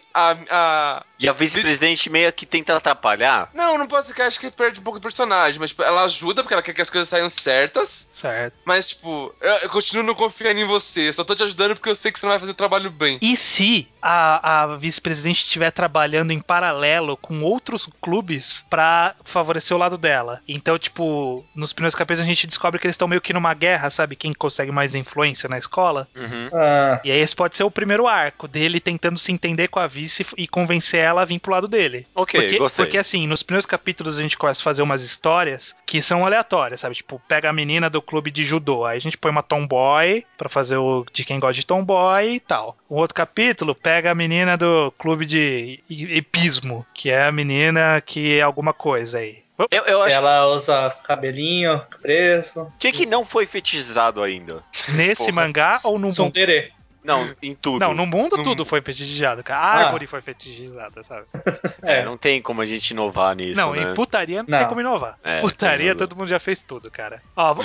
E a vice-presidente meio que tenta atrapalhar? Não pode ser que acho que perde um pouco do personagem, mas tipo, ela ajuda porque ela quer que as coisas saiam certas. Certo. Mas, tipo, eu continuo não confiando em você. Eu só tô te ajudando porque eu sei que você não vai fazer o trabalho bem. E se a vice-presidente estiver trabalhando em paralelo com outros clubes pra favorecer o lado dela? Então, tipo, nos primeiros capítulos a gente descobre que eles estão meio que numa guerra, sabe? Quem consegue mais influência na escola? Uhum. E aí esse pode ser o primeiro arco dele tentando se entender com a vice e convencer ela a vir pro lado dele. Gostei. Porque assim, nos primeiros capítulos a gente começa a fazer umas histórias que são aleatórias, sabe? Tipo, pega a menina do clube de judô, aí a gente põe uma tomboy pra fazer o de quem gosta de tomboy e tal. Um outro capítulo pega a menina do clube de hipismo, que é a menina que é alguma coisa aí. Eu acho ela usa cabelinho preso. O que não foi fetichizado ainda? Nesse mangá ou no mundo? Não, em tudo. Não, no mundo tudo foi fetichizado, cara. A árvore foi fetichizada, sabe? Não tem como a gente inovar nisso, não, né? Em putaria não tem como inovar. Putaria todo mundo já fez tudo, cara. Ó,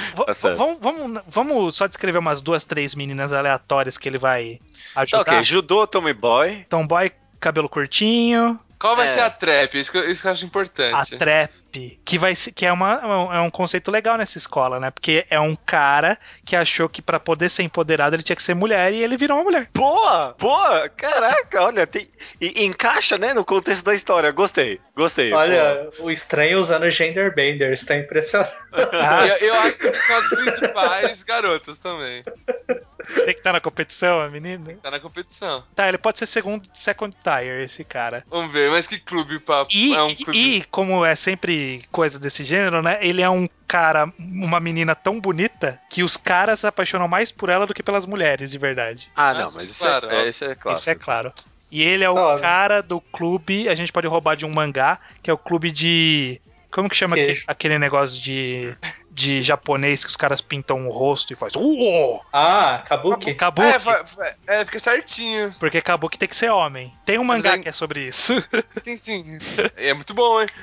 vamos só descrever umas 2, 3 meninas aleatórias que ele vai ajudar. Ok, judô, tomboy. Tomboy, cabelo curtinho. Qual vai ser a trap? Isso que eu acho importante. A trap, que é um conceito legal nessa escola, né? Porque é um cara que achou que pra poder ser empoderado ele tinha que ser mulher e ele virou uma mulher. Boa! Caraca, olha, e encaixa, né, no contexto da história. Gostei. Olha, o estranho usando gender benders, tá impressionante. Eu acho que são as principais garotas também. Tem que estar na competição, a menina? Tem que estar na competição. Tá, ele pode ser second tier, esse cara. Vamos ver, mas que clube, papo? E como é sempre coisa desse gênero, né? Ele é um cara, uma menina tão bonita que os caras se apaixonam mais por ela do que pelas mulheres, de verdade. Não, mas isso é claro. Isso é claro. E ele é o cara do clube, a gente pode roubar de um mangá, que é o clube de... Como que chama aquele negócio de japonês que os caras pintam o rosto e faz... Kabuki? Kabuki. Fica certinho. Porque Kabuki tem que ser homem. Tem um mangá que é sobre isso. Sim. É muito bom, hein?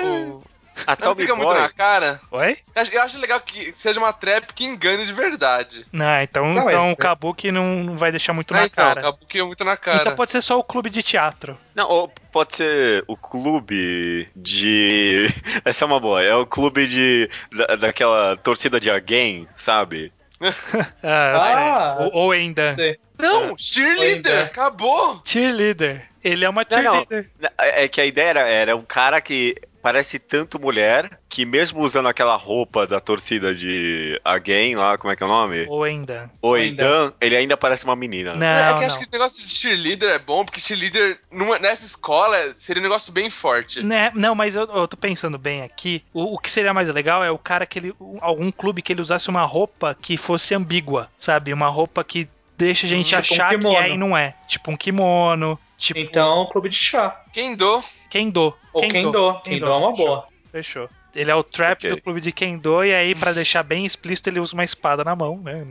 Não fica muito na cara. Oi? Eu acho legal que seja uma trap que engane de verdade. Então o Kabuki não vai deixar muito na cara. O Kabuki é muito na cara. Então pode ser só o clube de teatro. Não, ou pode ser o clube de... Essa é uma boa. É o clube daquela torcida de alguém, sabe? Ou ainda. Não, cheerleader, acabou. Cheerleader. Ele é uma cheerleader. Não. É que a ideia era um cara que parece tanto mulher que mesmo usando aquela roupa da torcida de Again lá, como é que é o nome? Oidan, ele ainda parece uma menina. Não, acho que o negócio de cheerleader é bom, porque cheerleader nessa escola seria um negócio bem forte. Não, mas eu tô pensando bem aqui. O que seria mais legal é o cara que algum clube que ele usasse uma roupa que fosse ambígua, sabe? Uma roupa que deixa a gente achar que é e não é. Tipo um kimono. Tipo... Então, clube de chá. Kendo. Kendo é uma boa. Fechou. Ele é o trap do clube de Kendo, e aí, pra deixar bem explícito, ele usa uma espada na mão, né?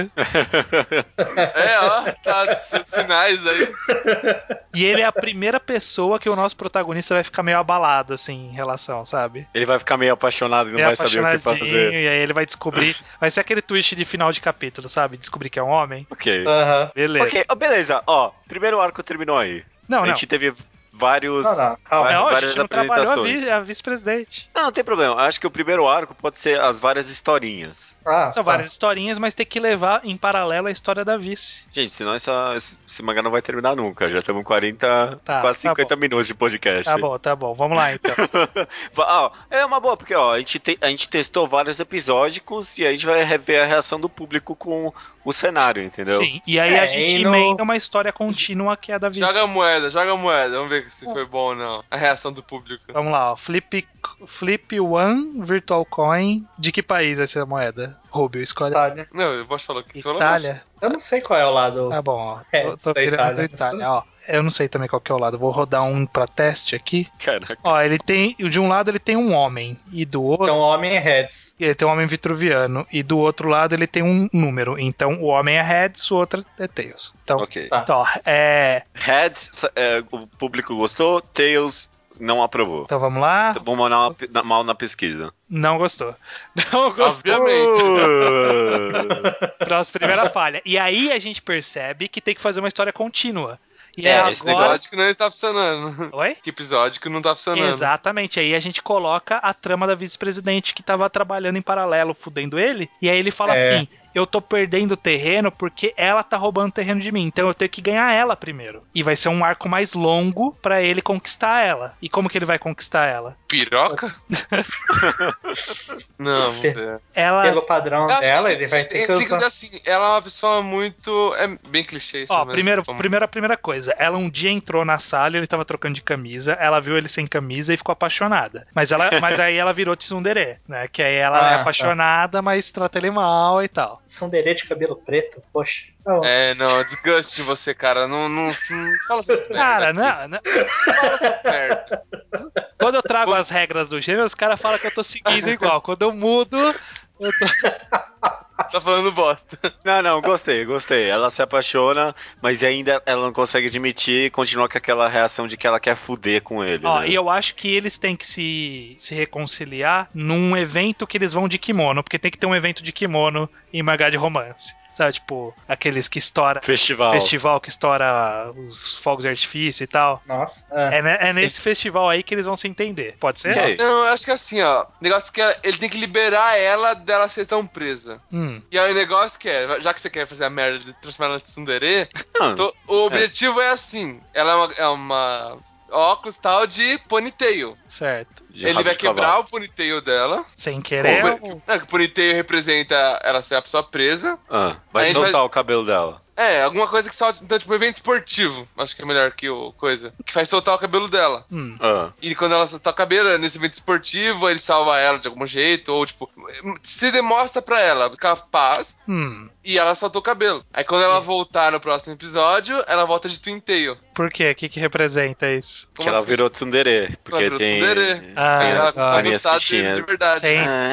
Tá, sinais aí. E ele é a primeira pessoa que o nosso protagonista vai ficar meio abalado, assim, em relação, sabe? Ele vai ficar meio apaixonado e não vai saber o que fazer. E aí ele vai descobrir... Vai ser aquele twist de final de capítulo, sabe? Descobrir que é um homem. Ok. Beleza. Ok, beleza. Primeiro arco terminou aí. A gente teve vários. A gente não trabalhou a vice-presidente. Não tem problema. Acho que o primeiro arco pode ser as várias historinhas. São várias historinhas, mas tem que levar em paralelo a história da vice. Gente, senão esse mangá não vai terminar nunca. Já estamos quase 50 minutos de podcast. Tá bom. Vamos lá, então. É uma boa, porque a gente testou vários episódicos e a gente vai rever a reação do público com o cenário, entendeu? Sim, e aí a gente emenda uma história contínua que é a da vice. Joga a moeda. Vamos ver se foi bom ou não. A reação do público. Vamos lá, Flip One Virtual Coin. De que país vai ser a moeda? Rubio, escolhe. Itália. Não, eu posso falar que Itália? Eu não sei qual é o lado. Tá bom, tô virando Itália. Eu não sei também qual que é o lado. Vou rodar um pra teste aqui. Caraca. Ele tem... De um lado ele tem um homem. E do outro... Então o homem é Heads. Ele tem um homem vitruviano. E do outro lado ele tem um número. Então o homem é Heads, o outro é Tails. Então, Heads, o público gostou. Tails não aprovou. Então vamos lá. Então, vamos mandar mal na pesquisa. Não gostou. Não gostou. Obviamente. Próxima, primeira falha. E aí a gente percebe que tem que fazer uma história contínua. E esse negócio que não está funcionando. Oi? Que episódio que não está funcionando. Exatamente. Aí a gente coloca a trama da vice-presidente que tava trabalhando em paralelo, fudendo ele. E aí ele fala assim... Eu tô perdendo terreno porque ela tá roubando terreno de mim. Então eu tenho que ganhar ela primeiro. E vai ser um arco mais longo pra ele conquistar ela. E como que ele vai conquistar ela? Piroca? Não, ela... Pelo padrão dela, ele vai ter que usar... assim, ela é uma pessoa muito... É bem clichê isso. Primeira coisa. Ela um dia entrou na sala e ele tava trocando de camisa. Ela viu ele sem camisa e ficou apaixonada. Mas aí ela virou tsundere, né? Que aí ela é apaixonada, mas trata ele mal e tal. Tsundere de cabelo preto? Poxa. Não, desgaste de você, cara. Não fala essas merda. Cara, não fala essas merda. Quando eu trago as regras do gênero, os caras falam que eu tô seguindo igual. Quando eu mudo, eu tô... Tá falando bosta. Não, gostei. Ela se apaixona, mas ainda ela não consegue admitir e continua com aquela reação de que ela quer fuder com ele. Né? E eu acho que eles têm que se reconciliar num evento que eles vão de kimono, porque tem que ter um evento de kimono em mangá de romance. Sabe, tipo, aqueles que estoura... Festival que estoura os fogos de artifício e tal. Nossa. Nesse festival aí que eles vão se entender. Pode ser? Não, eu acho que é assim, ó. O negócio que ele tem que liberar ela dela ser tão presa. E aí o negócio que já que você quer fazer a merda de transformar ela em tsundere, o objetivo é assim. Ela é uma óculos tal de ponytail. Certo. Ele vai quebrar o ponytail dela. Sem querer. O ponytail representa ela ser a pessoa presa. Vai soltar o cabelo dela. Alguma coisa que solta. Então, tipo, evento esportivo. Acho que é melhor que o coisa. Que faz soltar o cabelo dela. E quando ela soltar o cabelo, nesse evento esportivo, ele salva ela de algum jeito. Ou, tipo, se demonstra pra ela capaz. E ela soltou o cabelo. Aí quando ela voltar no próximo episódio, ela volta de Twin Tail. Por quê? O que representa isso? Como que ela virou tsundere. Porque tem... ela só gostar dele de verdade.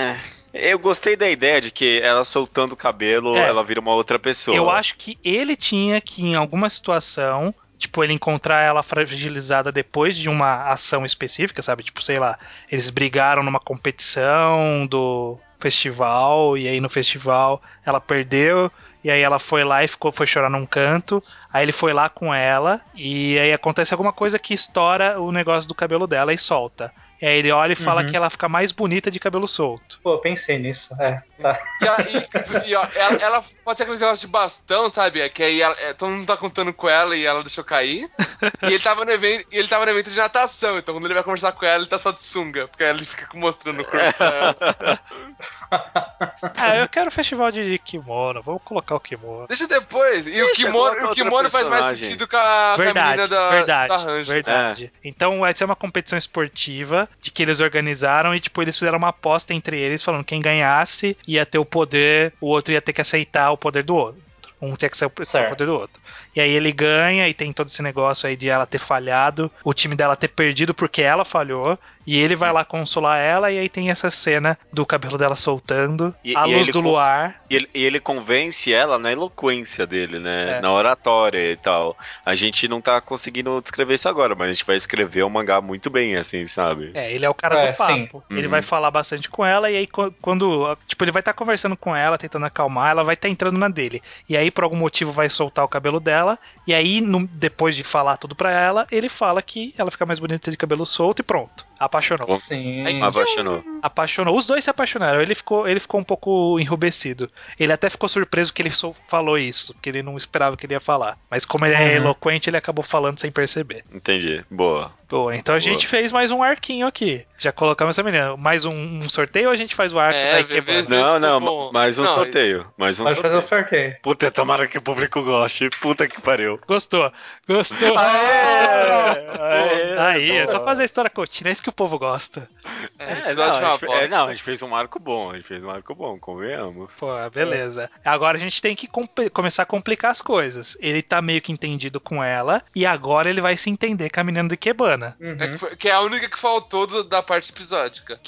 Eu gostei da ideia de que ela soltando o cabelo, ela vira uma outra pessoa. Eu acho que ele tinha que, em alguma situação, tipo, ele encontrar ela fragilizada depois de uma ação específica, sabe? Tipo, sei lá, eles brigaram numa competição do festival, e aí no festival ela perdeu, e aí ela foi lá e foi chorar num canto, aí ele foi lá com ela, e aí acontece alguma coisa que estoura o negócio do cabelo dela e solta. E aí ele olha e fala que ela fica mais bonita de cabelo solto. Pô, eu pensei nisso, tá. Ela pode ser aquele negócio de bastão, sabe? Que aí todo mundo tá contando com ela e ela deixou cair. E ele tava no evento de natação, então quando ele vai conversar com ela, ele tá só de sunga, porque aí ele fica mostrando o corpo pra ela. Eu quero festival de kimono, vamos colocar o kimono. Deixa depois. E o kimono faz mais sentido com a menina da Range. Verdade. Então vai ser uma competição esportiva de que eles organizaram e tipo, eles fizeram uma aposta entre eles, falando que quem ganhasse ia ter o poder, o outro ia ter que aceitar o poder do outro. Um tinha que ser o poder do outro. E aí ele ganha e tem todo esse negócio aí de ela ter falhado, o time dela ter perdido porque ela falhou. E ele vai lá consolar ela, e aí tem essa cena do cabelo dela soltando, a luz do luar. E ele convence ela na eloquência dele, né? Na oratória e tal. A gente não tá conseguindo descrever isso agora, mas a gente vai escrever um mangá muito bem, assim, sabe? Ele é o cara do papo. Ele vai falar bastante com ela, e aí quando... Tipo, ele vai estar conversando com ela, tentando acalmar, ela vai estar entrando na dele. E aí, por algum motivo, vai soltar o cabelo dela, e aí, depois de falar tudo pra ela, ele fala que ela fica mais bonita de cabelo solto e pronto. Apaixonou. Sim. Apaixonou. Os dois se apaixonaram. Ele ficou um pouco enrubescido. Ele até ficou surpreso que ele falou isso, porque ele não esperava que ele ia falar. Mas como ele é eloquente, ele acabou falando sem perceber. Entendi. Boa. Então a gente fez mais um arquinho aqui. Já colocamos essa menina. Mais um sorteio ou a gente faz o arco da Ikebana? Não, mais um sorteio. Mais um sorteio. Fazer um sorteio. Puta, tomara que o público goste. Puta que pariu. Gostou. Aí, é só fazer a história contínua. É isso que o povo gosta. A gente fez um arco bom. Convenhamos. Pô, beleza. Agora a gente tem que começar a complicar as coisas. Ele tá meio que entendido com ela, e agora ele vai se entender com a menina do Ikebana. Que é a única que faltou da parte episódica.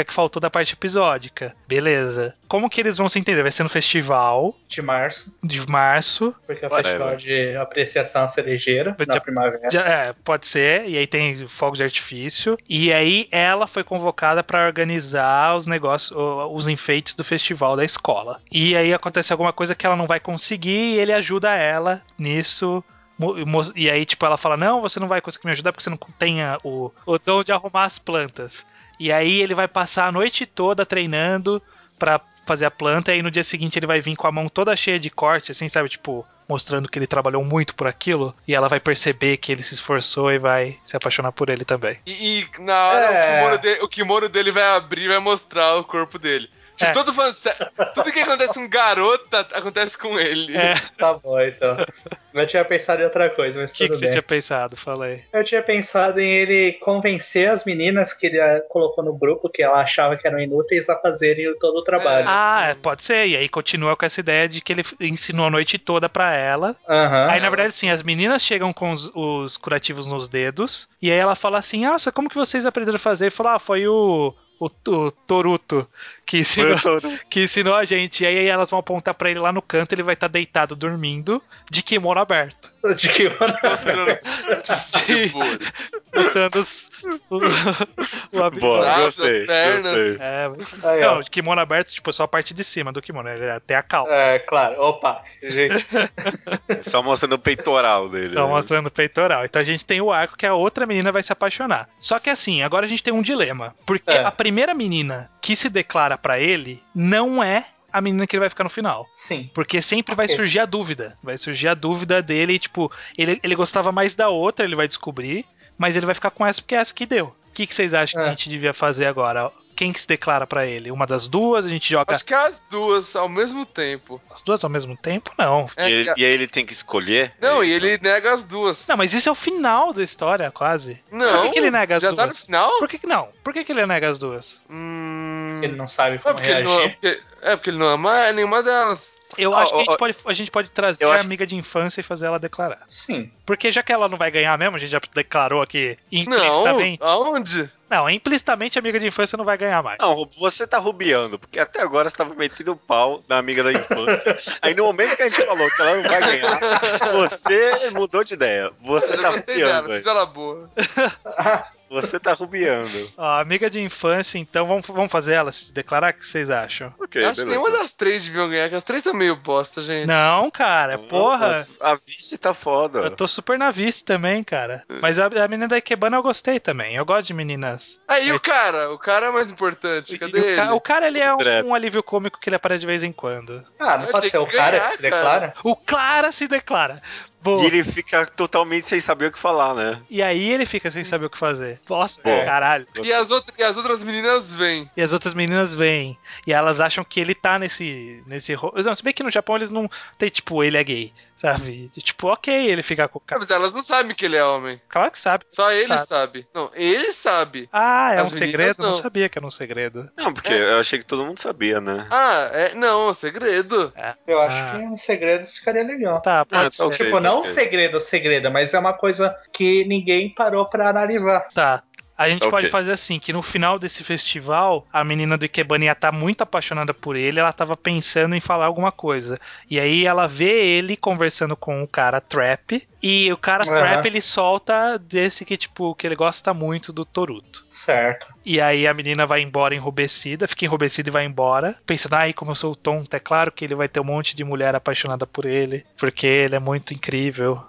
Beleza. Como que eles vão se entender? Vai ser no festival de março. Porque é o festival de apreciação cerejeira na primavera. Pode ser. E aí tem fogos de artifício. E aí ela foi convocada para organizar os negócios, os enfeites do festival da escola. E aí acontece alguma coisa que ela não vai conseguir e ele ajuda ela nisso. E aí, tipo, ela fala, não, você não vai conseguir me ajudar porque você não tem o dom de arrumar as plantas. E aí ele vai passar a noite toda treinando pra fazer a planta, e aí no dia seguinte ele vai vir com a mão toda cheia de corte, assim, sabe, tipo, mostrando que ele trabalhou muito por aquilo, e ela vai perceber que ele se esforçou e vai se apaixonar por ele também. E na hora o kimono dele vai abrir e vai mostrar o corpo dele. Tudo que acontece com garota acontece com ele. Tá bom, então. Eu tinha pensado em outra coisa, mas tudo bem. O que você tinha pensado? Fala aí. Eu tinha pensado em ele convencer as meninas que ele colocou no grupo, que ela achava que eram inúteis, a fazerem todo o trabalho. Pode ser. E aí continua com essa ideia de que ele ensinou a noite toda pra ela. Aí, na verdade, sim, as meninas chegam com os curativos nos dedos, e aí ela fala assim, nossa, como que vocês aprenderam a fazer? Ele falou, foi o Toruto que ensinou a gente. E aí elas vão apontar pra ele lá no canto, ele vai estar deitado dormindo de kimono aberto. Mostrando o abdômen, as pernas. Não, de kimono aberto, tipo, só a parte de cima do kimono, até a calça. Claro. Opa, gente. Só mostrando o peitoral dele. Mostrando o peitoral. Então a gente tem o arco que a outra menina vai se apaixonar. Só que assim, agora a gente tem um dilema. Porque a primeira menina que se declara pra ele não é a menina que ele vai ficar no final. Sim. Porque sempre vai surgir a dúvida. Vai surgir a dúvida dele, tipo, ele gostava mais da outra, ele vai descobrir, mas ele vai ficar com essa porque é essa que deu. O que vocês acham que a gente devia fazer agora? Quem que se declara pra ele? Uma das duas? A gente joga... Acho que as duas ao mesmo tempo. As duas ao mesmo tempo? Não. E aí ele tem que escolher? Não, e ele nega as duas. Não, mas isso é o final da história, quase. Não. Por que ele nega as duas? Já tá no final? Por que não? Por que ele nega as duas? Porque ele não sabe como reagir. Porque ele não ama nenhuma delas. Eu acho que a gente pode trazer a amiga de infância e fazer ela declarar. Sim. Porque já que ela não vai ganhar mesmo, a gente já declarou aqui implicitamente. Não, aonde? Não, implicitamente a amiga de infância não vai ganhar mais. Não, você tá rubiando, porque até agora você tava metendo o pau na amiga da infância. Aí no momento que a gente falou que ela não vai ganhar, você mudou de ideia. Você tá rubiando. Fiz ela boa. Você tá rubiando. Ó, amiga de infância, então vamos fazer ela se declarar? O que vocês acham? Ok, Eu acho que nenhuma das três deviam ganhar, que as três são meio bosta, gente. Não, cara, porra. A vice tá foda. Eu tô super na vice também, cara. Mas a menina da Ikebana eu gostei também. Eu gosto de meninas. Aí o cara? O cara é mais importante. Cadê ele? O cara, ele é um alívio cômico que ele aparece de vez em quando. Ah, não pode ser o cara que se declara? O Clara se declara. Boa. E ele fica totalmente sem saber o que falar, né? E aí ele fica sem saber o que fazer. Nossa, Boa. caralho. E as outras meninas vêm. E as outras meninas vêm. E elas acham que ele tá nesse... Não, se bem que no Japão eles não tem, tipo, ele é gay, sabe? Tipo, ok, ele fica com o cara. Mas elas não sabem que ele é homem. Claro que sabe. Só ele sabe. Não, ele sabe. Ah, é um segredo? Não sabia que era um segredo. Não, porque eu achei que todo mundo sabia, né? Ah, não, é um segredo. Eu acho que um segredo ficaria legal. Tá, pode ser. Okay, tipo, não um segredo, mas é uma coisa que ninguém parou pra analisar. Tá. A gente pode fazer assim, que no final desse festival, a menina do Ikebana ia estar muito apaixonada por ele, ela tava pensando em falar alguma coisa. E aí ela vê ele conversando com o cara Trap, e o cara Trap, ele solta desse que, tipo, que ele gosta muito do Toruto. Certo. E aí a menina vai embora enrubescida, fica enrubescida e vai embora, pensando, ai, como eu sou tonta, é claro que ele vai ter um monte de mulher apaixonada por ele, porque ele é muito incrível.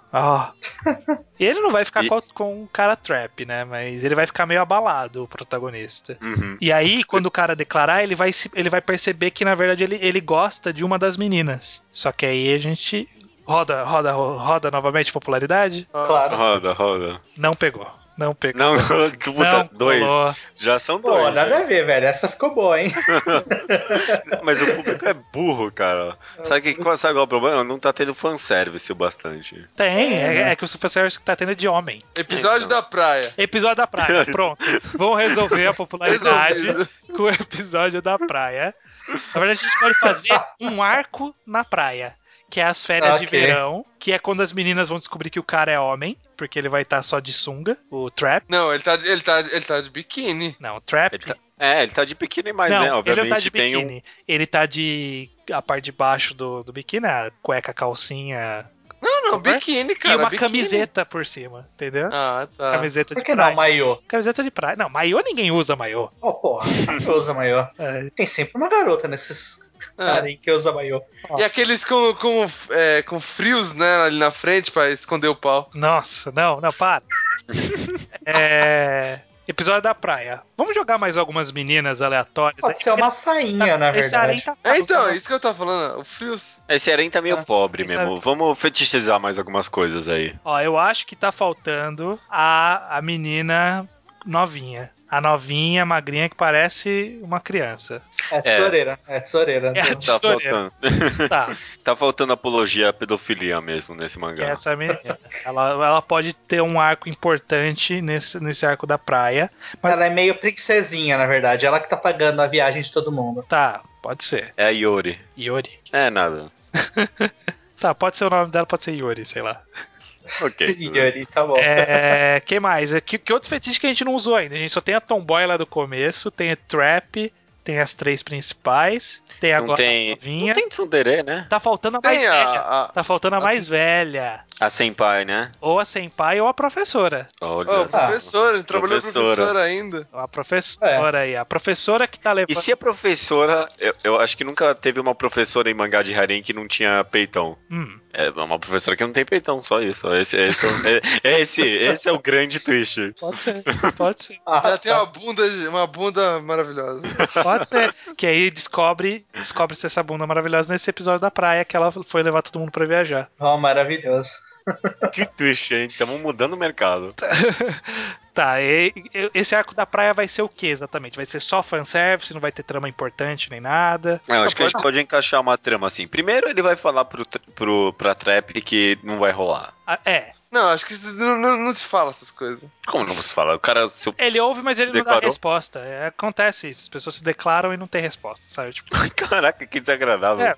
E ele não vai ficar com o cara Trap, né? Mas ele vai ficar meio abalado, o protagonista. Uhum. E aí, quando o cara declarar, ele vai perceber que, na verdade, ele gosta de uma das meninas. Só que aí a gente... Roda novamente popularidade? Claro. Roda. Não pegou. Não, tu bota dois. Já são dois. Pô, nada a ver, velho. Essa ficou boa, hein? Mas o público é burro, cara. Sabe qual é o problema? Não tá tendo fanservice o bastante. Tem, é que o fanservice que tá tendo é de homem. Episódio da praia. Episódio da praia, pronto. Vamos resolver a popularidade com o episódio da praia. Na verdade, a gente pode fazer um arco na praia. Que é as férias de verão, que é quando as meninas vão descobrir que o cara é homem, porque ele vai estar só de sunga, o Trap. Não, ele tá de biquíni. Não, o Trap... Ele tá de biquíni mais, não, né? Obviamente ele não tá de biquíni. Ele tá de... a parte de baixo do biquíni, a cueca, calcinha... Não, biquíni, cara. E uma camiseta por cima, entendeu? Ah, tá. Por Camiseta de que praia. não maiô? Camiseta de praia. Não, maiô ninguém usa maiô. Porra, não usa maiô. Tem sempre uma garota nesses... cara aí que usa maiô. E aqueles com frios, né, ali na frente pra esconder o pau. Nossa, não, para. Episódio da praia. Vamos jogar mais algumas meninas aleatórias. Pode ser uma sainha, na verdade. Então, é isso que eu tava falando. O frios. Esse harém tá meio pobre mesmo. Vamos fetichizar mais algumas coisas aí. Ó, eu acho que tá faltando a menina novinha. A novinha, magrinha, que parece uma criança. É tesoureira. É tesoureira. É a tesoureira. Tá faltando apologia à pedofilia mesmo nesse mangá. Essa menina. Ela pode ter um arco importante nesse arco da praia. Mas... ela é meio princesinha, na verdade. Ela que tá pagando a viagem de todo mundo. Tá, pode ser. É a Yori. Yori. É, nada. Tá, pode ser o nome dela, pode ser Yori, sei lá. Ok. Yori, tá bom. Que mais? Que outros fetiches que a gente não usou ainda? A gente só tem a Tomboy lá do começo, tem a Trap, tem as três principais, tem agora a novinha. Não tem tsundere, né? Tá faltando a mais velha. Tá faltando a mais velha. A senpai, né? Ou a senpai ou a professora. Olha, professora, trabalhou professora ainda. A professora aí, a professora que tá levando... E se a professora... Eu acho que nunca teve uma professora em mangá de harém que não tinha peitão. É uma professora que não tem peitão, só isso. Esse é o grande twist. Pode ser. Ela tem uma bunda maravilhosa. Pode ser. Que aí descobre-se essa bunda maravilhosa nesse episódio da praia, que ela foi levar todo mundo pra viajar. Oh, maravilhoso. Que twist, hein? Estamos mudando o mercado. Tá, esse arco da praia vai ser o que exatamente? Vai ser só fanservice, não vai ter trama importante nem nada? Eu acho que a gente pode encaixar uma trama assim. Primeiro ele vai falar pra Trap que não vai rolar. Não, acho que não se fala essas coisas. Como não se fala? O cara... Ele ouve, mas ele não dá resposta. Acontece isso. As pessoas se declaram e não tem resposta, sabe? Tipo... Caraca, que desagradável.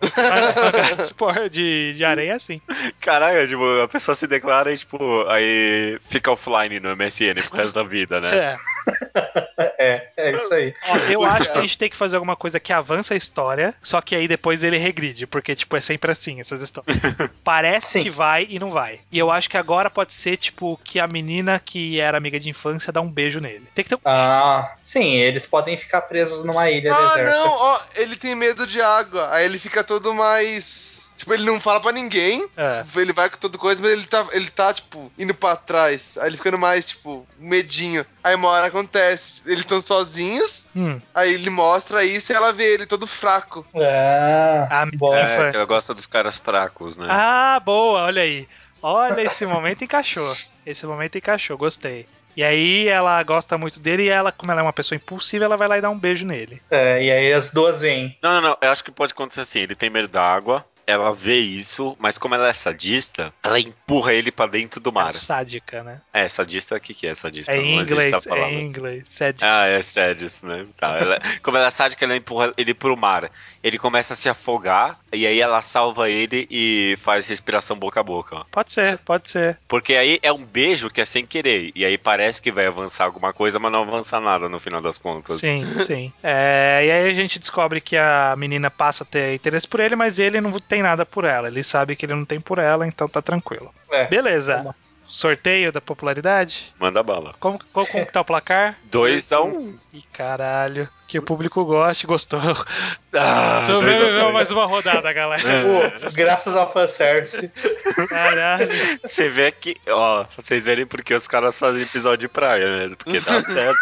De areia é assim. Caraca, tipo, a pessoa se declara e, tipo, aí fica offline no MSN pro resto da vida, né? É isso aí. Ó, eu acho que a gente tem que fazer alguma coisa que avança a história, só que aí depois ele regride, porque, tipo, é sempre assim, essas histórias. Parece que vai e não vai. E eu acho que agora pode ser, tipo, que a menina que era amiga de infância dá um beijo nele. Tem que ter um sim, eles podem ficar presos numa ilha deserta. Não, ó, ele tem medo de água, aí ele fica todo mais... Tipo, ele não fala pra ninguém, ele vai com toda coisa, mas ele tá, tipo, indo pra trás. Aí ele ficando mais, tipo, medinho. Aí uma hora acontece, eles estão sozinhos, aí ele mostra isso e ela vê ele todo fraco. Que ela gosta dos caras fracos, né? Ah, boa, olha aí. Olha, esse momento encaixou. Gostei. E aí ela gosta muito dele e ela, como ela é uma pessoa impulsiva, ela vai lá e dá um beijo nele. E aí as duas vêm. Não, eu acho que pode acontecer assim, ele tem medo da água, ela vê isso, mas como ela é sadista, ela empurra ele pra dentro do mar. É sádica, né? Sadista, o que é sadista? É Não existe essa palavra. Sadista. É sadista, né? Tá, como ela é sádica, ela empurra ele pro mar. Ele começa a se afogar, e aí ela salva ele e faz respiração boca a boca. Ó. Pode ser. Porque aí é um beijo que é sem querer, e aí parece que vai avançar alguma coisa, mas não avança nada no final das contas. Sim. E aí a gente descobre que a menina passa a ter interesse por ele, mas ele não tem nada por ela. Ele sabe que ele não tem por ela, então tá tranquilo. Beleza. Sorteio da popularidade? Manda bala. Como que tá o placar? 2-1. Ih, caralho. Que o público gostou. Sobreviveu mais uma rodada, galera. Graças ao fanservice. Caralho. Você vê que, ó, vocês verem porque os caras fazem episódio de praia, né? Porque dá certo.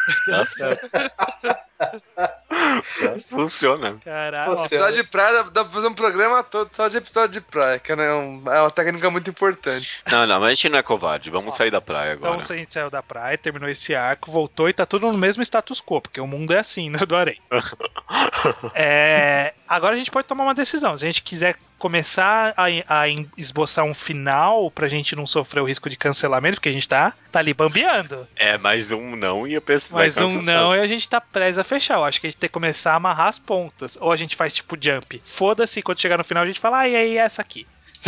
Funciona. Caralho. Episódio de praia dá pra fazer um programa todo só de episódio de praia, que é uma técnica muito importante. Não, mas a gente não é covarde. Vamos sair da praia agora. Então a gente saiu da praia, terminou esse arco, voltou e tá tudo no mesmo status quo, porque o mundo é assim, né, do Arém. Agora a gente pode tomar uma decisão. Se a gente quiser começar a esboçar um final pra gente não sofrer o risco de cancelamento, porque a gente tá ali bambeando. Mais um não e a pessoa mais um não e a gente tá prestes a fechar. Eu acho que a gente tem que começar a amarrar as pontas. Ou a gente faz tipo jump. Foda-se, quando chegar no final a gente fala, e aí, essa aqui.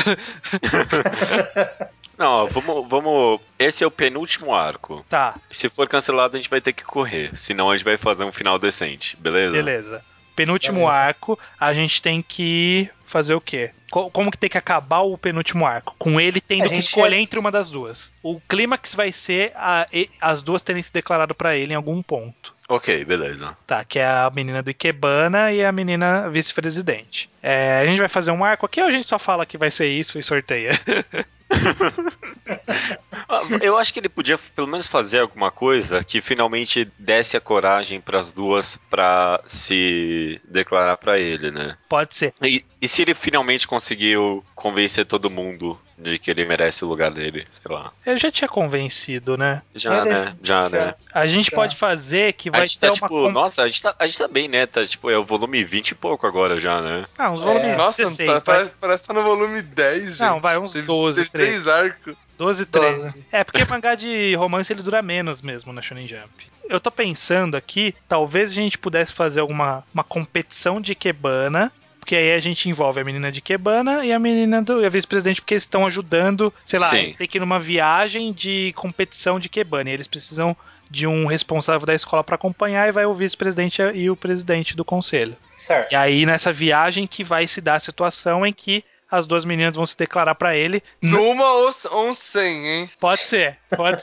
Não, vamos. Esse é o penúltimo arco. Tá. Se for cancelado, a gente vai ter que correr. Senão a gente vai fazer um final decente, beleza? Beleza. Penúltimo arco, a gente tem que fazer o quê? Como que tem que acabar o penúltimo arco? Com ele tendo que escolher entre uma das duas. O clímax vai ser as duas terem se declarado pra ele em algum ponto. Ok, beleza. Tá, que é a menina do Ikebana e a menina vice-presidente. A gente vai fazer um arco aqui ou a gente só fala que vai ser isso e sorteia? Eu acho que ele podia pelo menos fazer alguma coisa que finalmente desse a coragem pras duas pra se declarar pra ele, né? Pode ser. E se ele finalmente conseguiu convencer todo mundo de que ele merece o lugar dele, sei lá. Ele já tinha convencido, né? Já, né? A gente pode fazer que vai ter uma... Nossa, a gente tá bem, né? Tá, tipo, é o volume 20 e pouco agora já, né? Uns volumes 16. Nossa, parece que tá no volume 10, gente. Não, vai uns 12, 13. 3 arcos. 12, 13. Porque mangá de romance ele dura menos mesmo na Shonen Jump. Eu tô pensando aqui, talvez a gente pudesse fazer uma competição de Ikebana, porque aí a gente envolve a menina de Ikebana e a menina e a vice-presidente, porque eles estão ajudando, sei lá, eles têm que ir numa viagem de competição de Ikebana, e eles precisam de um responsável da escola para acompanhar, e vai o vice-presidente e o presidente do conselho. Certo. E aí nessa viagem que vai se dar a situação em que as duas meninas vão se declarar pra ele. Numa onsen, hein? Pode ser.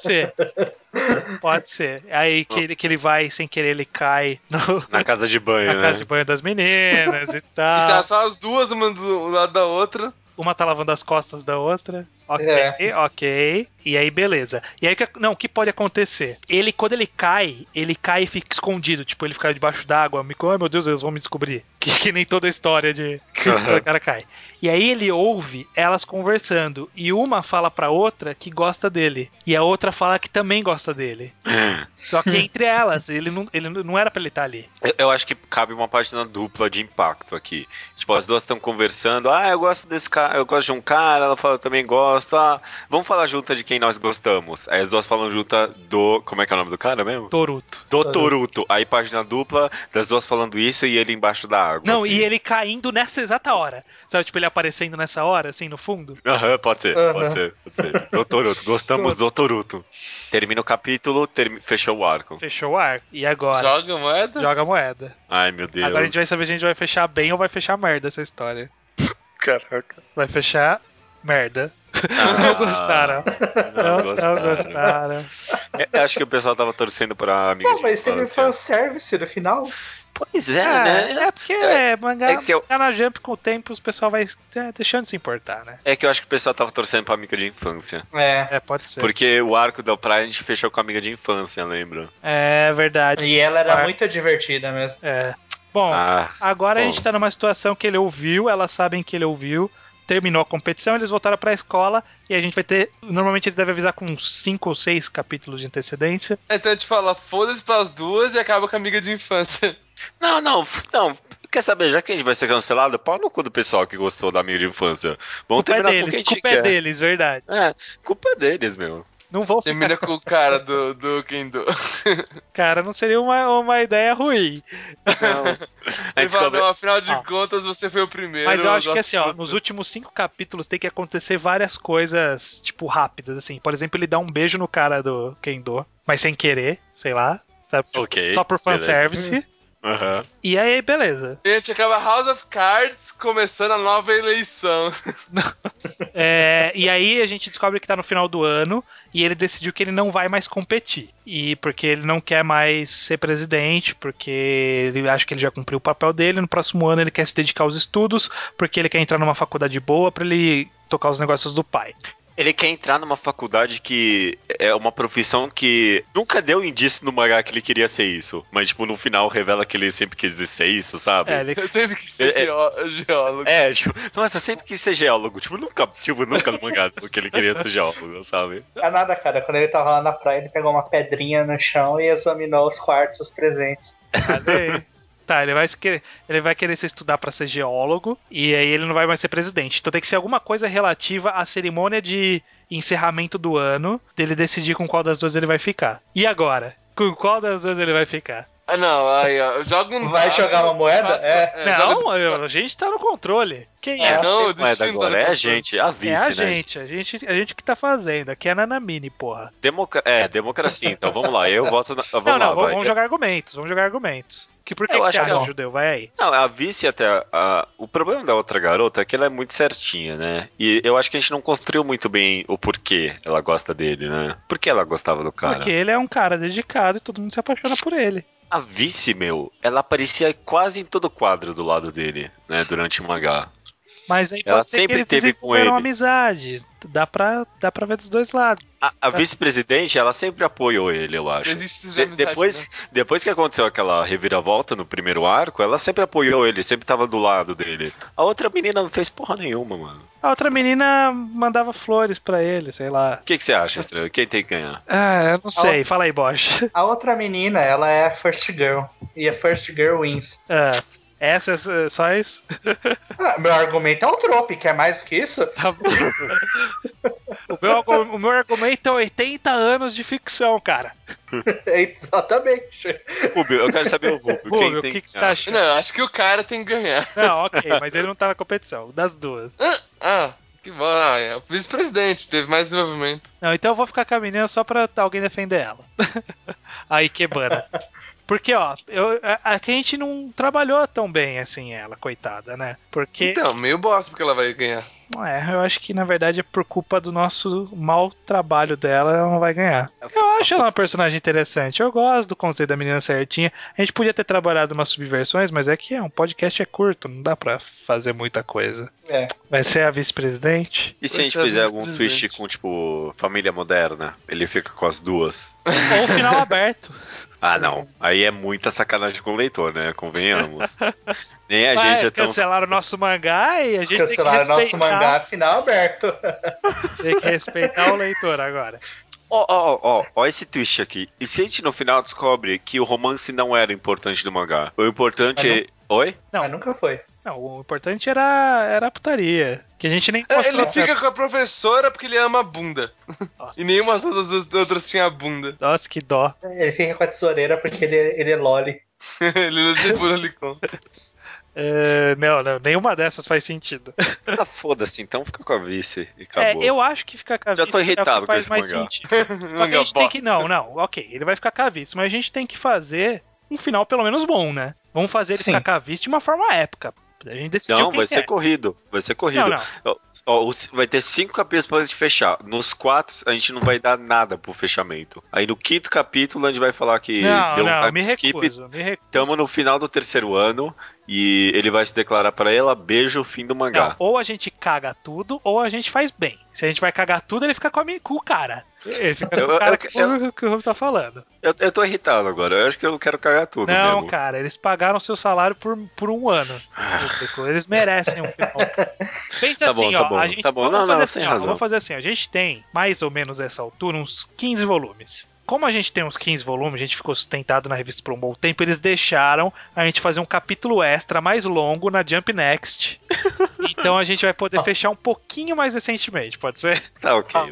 Pode ser. Aí que ele vai, sem querer, ele cai na casa de banho, na casa de banho das meninas e tal. E tá só as duas, uma do lado da outra. Uma tá lavando as costas da outra. Ok. E aí, beleza. E aí, o que pode acontecer? Quando ele cai e fica escondido. Tipo, ele fica debaixo d'água. Ai, meu Deus, eles vão me descobrir. Que nem toda a história de que o cara cai. E aí ele ouve elas conversando. E uma fala pra outra que gosta dele. E a outra fala que também gosta dele. Só que entre elas, ele não era pra ele estar ali. Eu acho que cabe uma página dupla de impacto aqui. Tipo, as duas estão conversando. Eu gosto desse cara, eu gosto de um cara. Ela fala, eu também gosto. gosto, vamos falar junta de quem nós gostamos. Aí as duas falam junta do... Como é que é o nome do cara mesmo? Toruto. Do Toruto. Aí página dupla das duas falando isso e ele embaixo da água. Não, assim. E ele caindo nessa exata hora. Sabe, tipo, ele aparecendo nessa hora, assim, no fundo? Aham, pode ser. Do Toruto. Gostamos do Toruto. Termina o capítulo, fechou o arco. Fechou o arco. E agora? Joga a moeda? Joga a moeda. Ai, meu Deus. Agora a gente vai saber se a gente vai fechar bem ou vai fechar merda essa história. Caraca. Vai fechar merda. Não gostaram. Não gostaram. Eu acho que o pessoal tava torcendo pra amiga de mas teve infância. fanservice no final. Pois é, né? É porque mangá na Jump com o tempo o pessoal vai deixando de se importar, né? É que eu acho que o pessoal tava torcendo pra amiga de infância. Pode ser. Porque o arco da praia a gente fechou com a amiga de infância, lembra? É verdade. E ela era muito divertida mesmo. Bom, agora a gente tá numa situação que ele ouviu, elas sabem que ele ouviu. Terminou a competição, eles voltaram pra escola e a gente vai ter... Normalmente eles devem avisar com uns 5 ou 6 capítulos de antecedência. Então a gente fala, foda-se pras duas e acaba com a amiga de infância. Não. Quer saber, já que a gente vai ser cancelado, pau no cu do pessoal que gostou da amiga de infância. Vamos terminar com quem a gente culpa quer. É deles, verdade. Culpa é deles, meu. Não vou ficar... Termina com o cara do Kendo. Cara, não seria uma ideia ruim. Não, afinal de contas, você foi o primeiro. Mas eu acho que assim, nos últimos 5 capítulos tem que acontecer várias coisas, tipo, rápidas, assim. Por exemplo, ele dá um beijo no cara do Kendo, mas sem querer, sei lá. Sabe? Ok. Só por fanservice. Uhum. E aí, beleza. E a gente acaba House of Cards começando a nova eleição. E aí a gente descobre que tá no final do ano e ele decidiu que ele não vai mais competir. E porque ele não quer mais ser presidente, porque ele acha que ele já cumpriu o papel dele. No próximo ano ele quer se dedicar aos estudos, porque ele quer entrar numa faculdade boa pra ele tocar os negócios do pai. Ele quer entrar numa faculdade que é uma profissão que nunca deu indício no mangá que ele queria ser isso. Mas, tipo, no final revela que ele sempre quis ser isso, sabe? Eu sempre quis ser geólogo. Nossa, eu sempre quis ser geólogo. Nunca no mangá que ele queria ser geólogo, sabe? É nada, cara. Quando ele tava lá na praia, ele pegou uma pedrinha no chão e examinou os quartos presentes. Tá, ele vai querer se estudar pra ser geólogo e aí ele não vai mais ser presidente. Então tem que ser alguma coisa relativa à cerimônia de encerramento do ano, dele decidir com qual das duas ele vai ficar. E agora? Com qual das duas ele vai ficar? Não, aí, ó, joga um Vai jogar uma moeda? Não, a gente tá no controle. Quem é? Não, moeda agora é a gente, a vice, né? A gente que tá fazendo. Aqui é a Nanamini, porra. Democracia, então vamos lá. Eu voto na... Vamos jogar argumentos. Por que você acha, Judeu? Vai aí. Não, a vice até... O problema da outra garota é que ela é muito certinha, né? E eu acho que a gente não construiu muito bem o porquê ela gosta dele, né? Por que ela gostava do cara? Porque ele é um cara dedicado e todo mundo se apaixona por ele. A vice, ela aparecia quase em todo quadro do lado dele, né? Durante o mangá. Mas aí ela sempre teve com ele. Amizade. Dá pra ver dos dois lados. A vice-presidente, ela sempre apoiou ele, eu acho. Depois que aconteceu aquela reviravolta no primeiro arco, ela sempre apoiou ele, sempre tava do lado dele. A outra menina não fez porra nenhuma, mano. A outra menina mandava flores pra ele, sei lá. O que você acha, Estranho? Quem tem que ganhar? Eu não sei. Fala aí, Bosch. A outra menina, ela é a First Girl. E a First Girl wins. Essa é só isso? Meu argumento é o trope, quer mais do que isso? O meu argumento é 80 anos de ficção, cara. Exatamente. Rubio, eu quero saber o Rubio. O que você tá achando? Não, eu acho que o cara tem que ganhar. Não, ok, mas ele não tá na competição. Das duas. Que bom. É o vice-presidente, teve mais desenvolvimento. Não, então eu vou ficar com a menina só pra alguém defender ela. Aí, quebana. Porque, aqui a gente não trabalhou tão bem assim ela, coitada, né? Porque... Então, meio bosta porque ela vai ganhar. Eu acho que na verdade é por culpa do nosso mau trabalho dela, ela não vai ganhar. Eu acho ela uma personagem interessante, eu gosto do conceito da menina certinha. A gente podia ter trabalhado umas subversões, mas é que um podcast é curto, não dá pra fazer muita coisa. Vai ser a vice-presidente? E se a gente fizer algum twist com, tipo, família moderna? Ele fica com as duas? Ou final aberto. Não. Aí é muita sacanagem com o leitor, né? Convenhamos. Nem a gente é tão... Cancelaram o nosso mangá e a gente cancelaram tem que respeitar... nosso mangá final aberto. Tem que respeitar o leitor agora. Ó esse twist aqui. E se a gente no final descobre que o romance não era importante do mangá? O importante Oi? Não, mas nunca foi. Não, o importante era a putaria. Que a gente nem Ele fica com a professora porque ele ama a bunda. Nossa. E nenhuma das outras tinha a bunda. Nossa, que dó. Ele fica com a tesoureira porque ele é loli. Ele usa por Olicon. Não, nenhuma dessas faz sentido. Ah, foda-se, então fica com a vice e acabou. Eu acho que ficar com a Já vice tô irritado é o que faz com mais esse mangá. sentido. Só que a gente tem que... Não, ok, ele vai ficar com a vice, mas a gente tem que fazer um final pelo menos bom, né? Vamos fazer ele ficar com a vice de uma forma épica. A gente decidiu Não, vai ser corrido. Vai ser corrido. Não. Vai ter 5 capítulos pra gente fechar. Nos 4, a gente não vai dar nada pro fechamento. Aí no 5º capítulo, a gente vai falar que deu um time skip. Tamo no final do 3º ano e ele vai se declarar pra ela, beijo, fim do mangá. Não, ou a gente caga tudo, ou a gente faz bem. Se a gente vai cagar tudo, ele fica com o cara. Ele fica com o cara que o Ruby tá falando. Eu tô irritado agora. Eu acho que eu quero cagar tudo não, mesmo. Cara, eles pagaram seu salário por um ano. Eles merecem um final. Pensa tá assim, bom, ó. A gente, tá bom. Vamos fazer assim, a gente tem, mais ou menos nessa altura, uns 15 volumes. Como a gente tem uns 15 volumes, a gente ficou sustentado na revista por um bom tempo, eles deixaram a gente fazer um capítulo extra mais longo na Jump Next. Então a gente vai poder fechar um pouquinho mais recentemente, pode ser? Tá ok,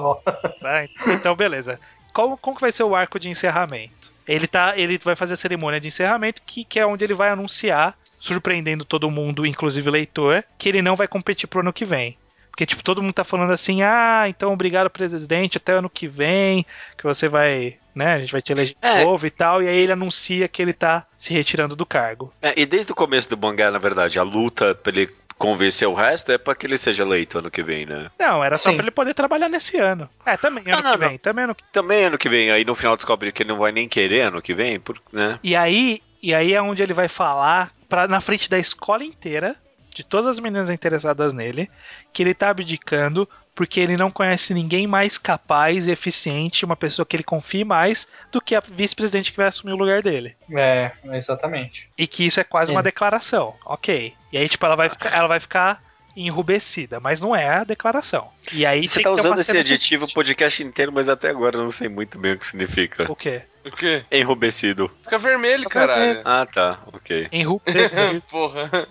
vai. Então, beleza. Como que vai ser o arco de encerramento? Ele vai fazer a cerimônia de encerramento, que é onde ele vai anunciar, surpreendendo todo mundo, inclusive o leitor, que ele não vai competir pro ano que vem. Porque, tipo, todo mundo tá falando assim, então obrigado, presidente, até ano que vem, que você vai, né, a gente vai te eleger de novo e tal, e aí ele anuncia que ele tá se retirando do cargo. E desde o começo do mangá, na verdade, a luta pra ele convencer o resto é pra que ele seja eleito ano que vem, né? Não, era só pra ele poder trabalhar nesse ano. Também ano que vem. Também ano que vem, aí no final descobre que ele não vai nem querer ano que vem, né? E aí é onde ele vai falar, na frente da escola inteira, de todas as meninas interessadas nele, que ele tá abdicando porque ele não conhece ninguém mais capaz e eficiente, uma pessoa que ele confie mais, do que a vice-presidente que vai assumir o lugar dele. Exatamente. E que isso é quase uma declaração. Ok. E aí, tipo, ela vai ficar enrubescida, mas não é a declaração. E aí você tá usando esse adjetivo o podcast inteiro, mas até agora eu não sei muito bem o que significa. O quê? O quê? Enrubescido. Fica vermelho, caralho. Ah, tá. Ok. Enrubescido. Porra.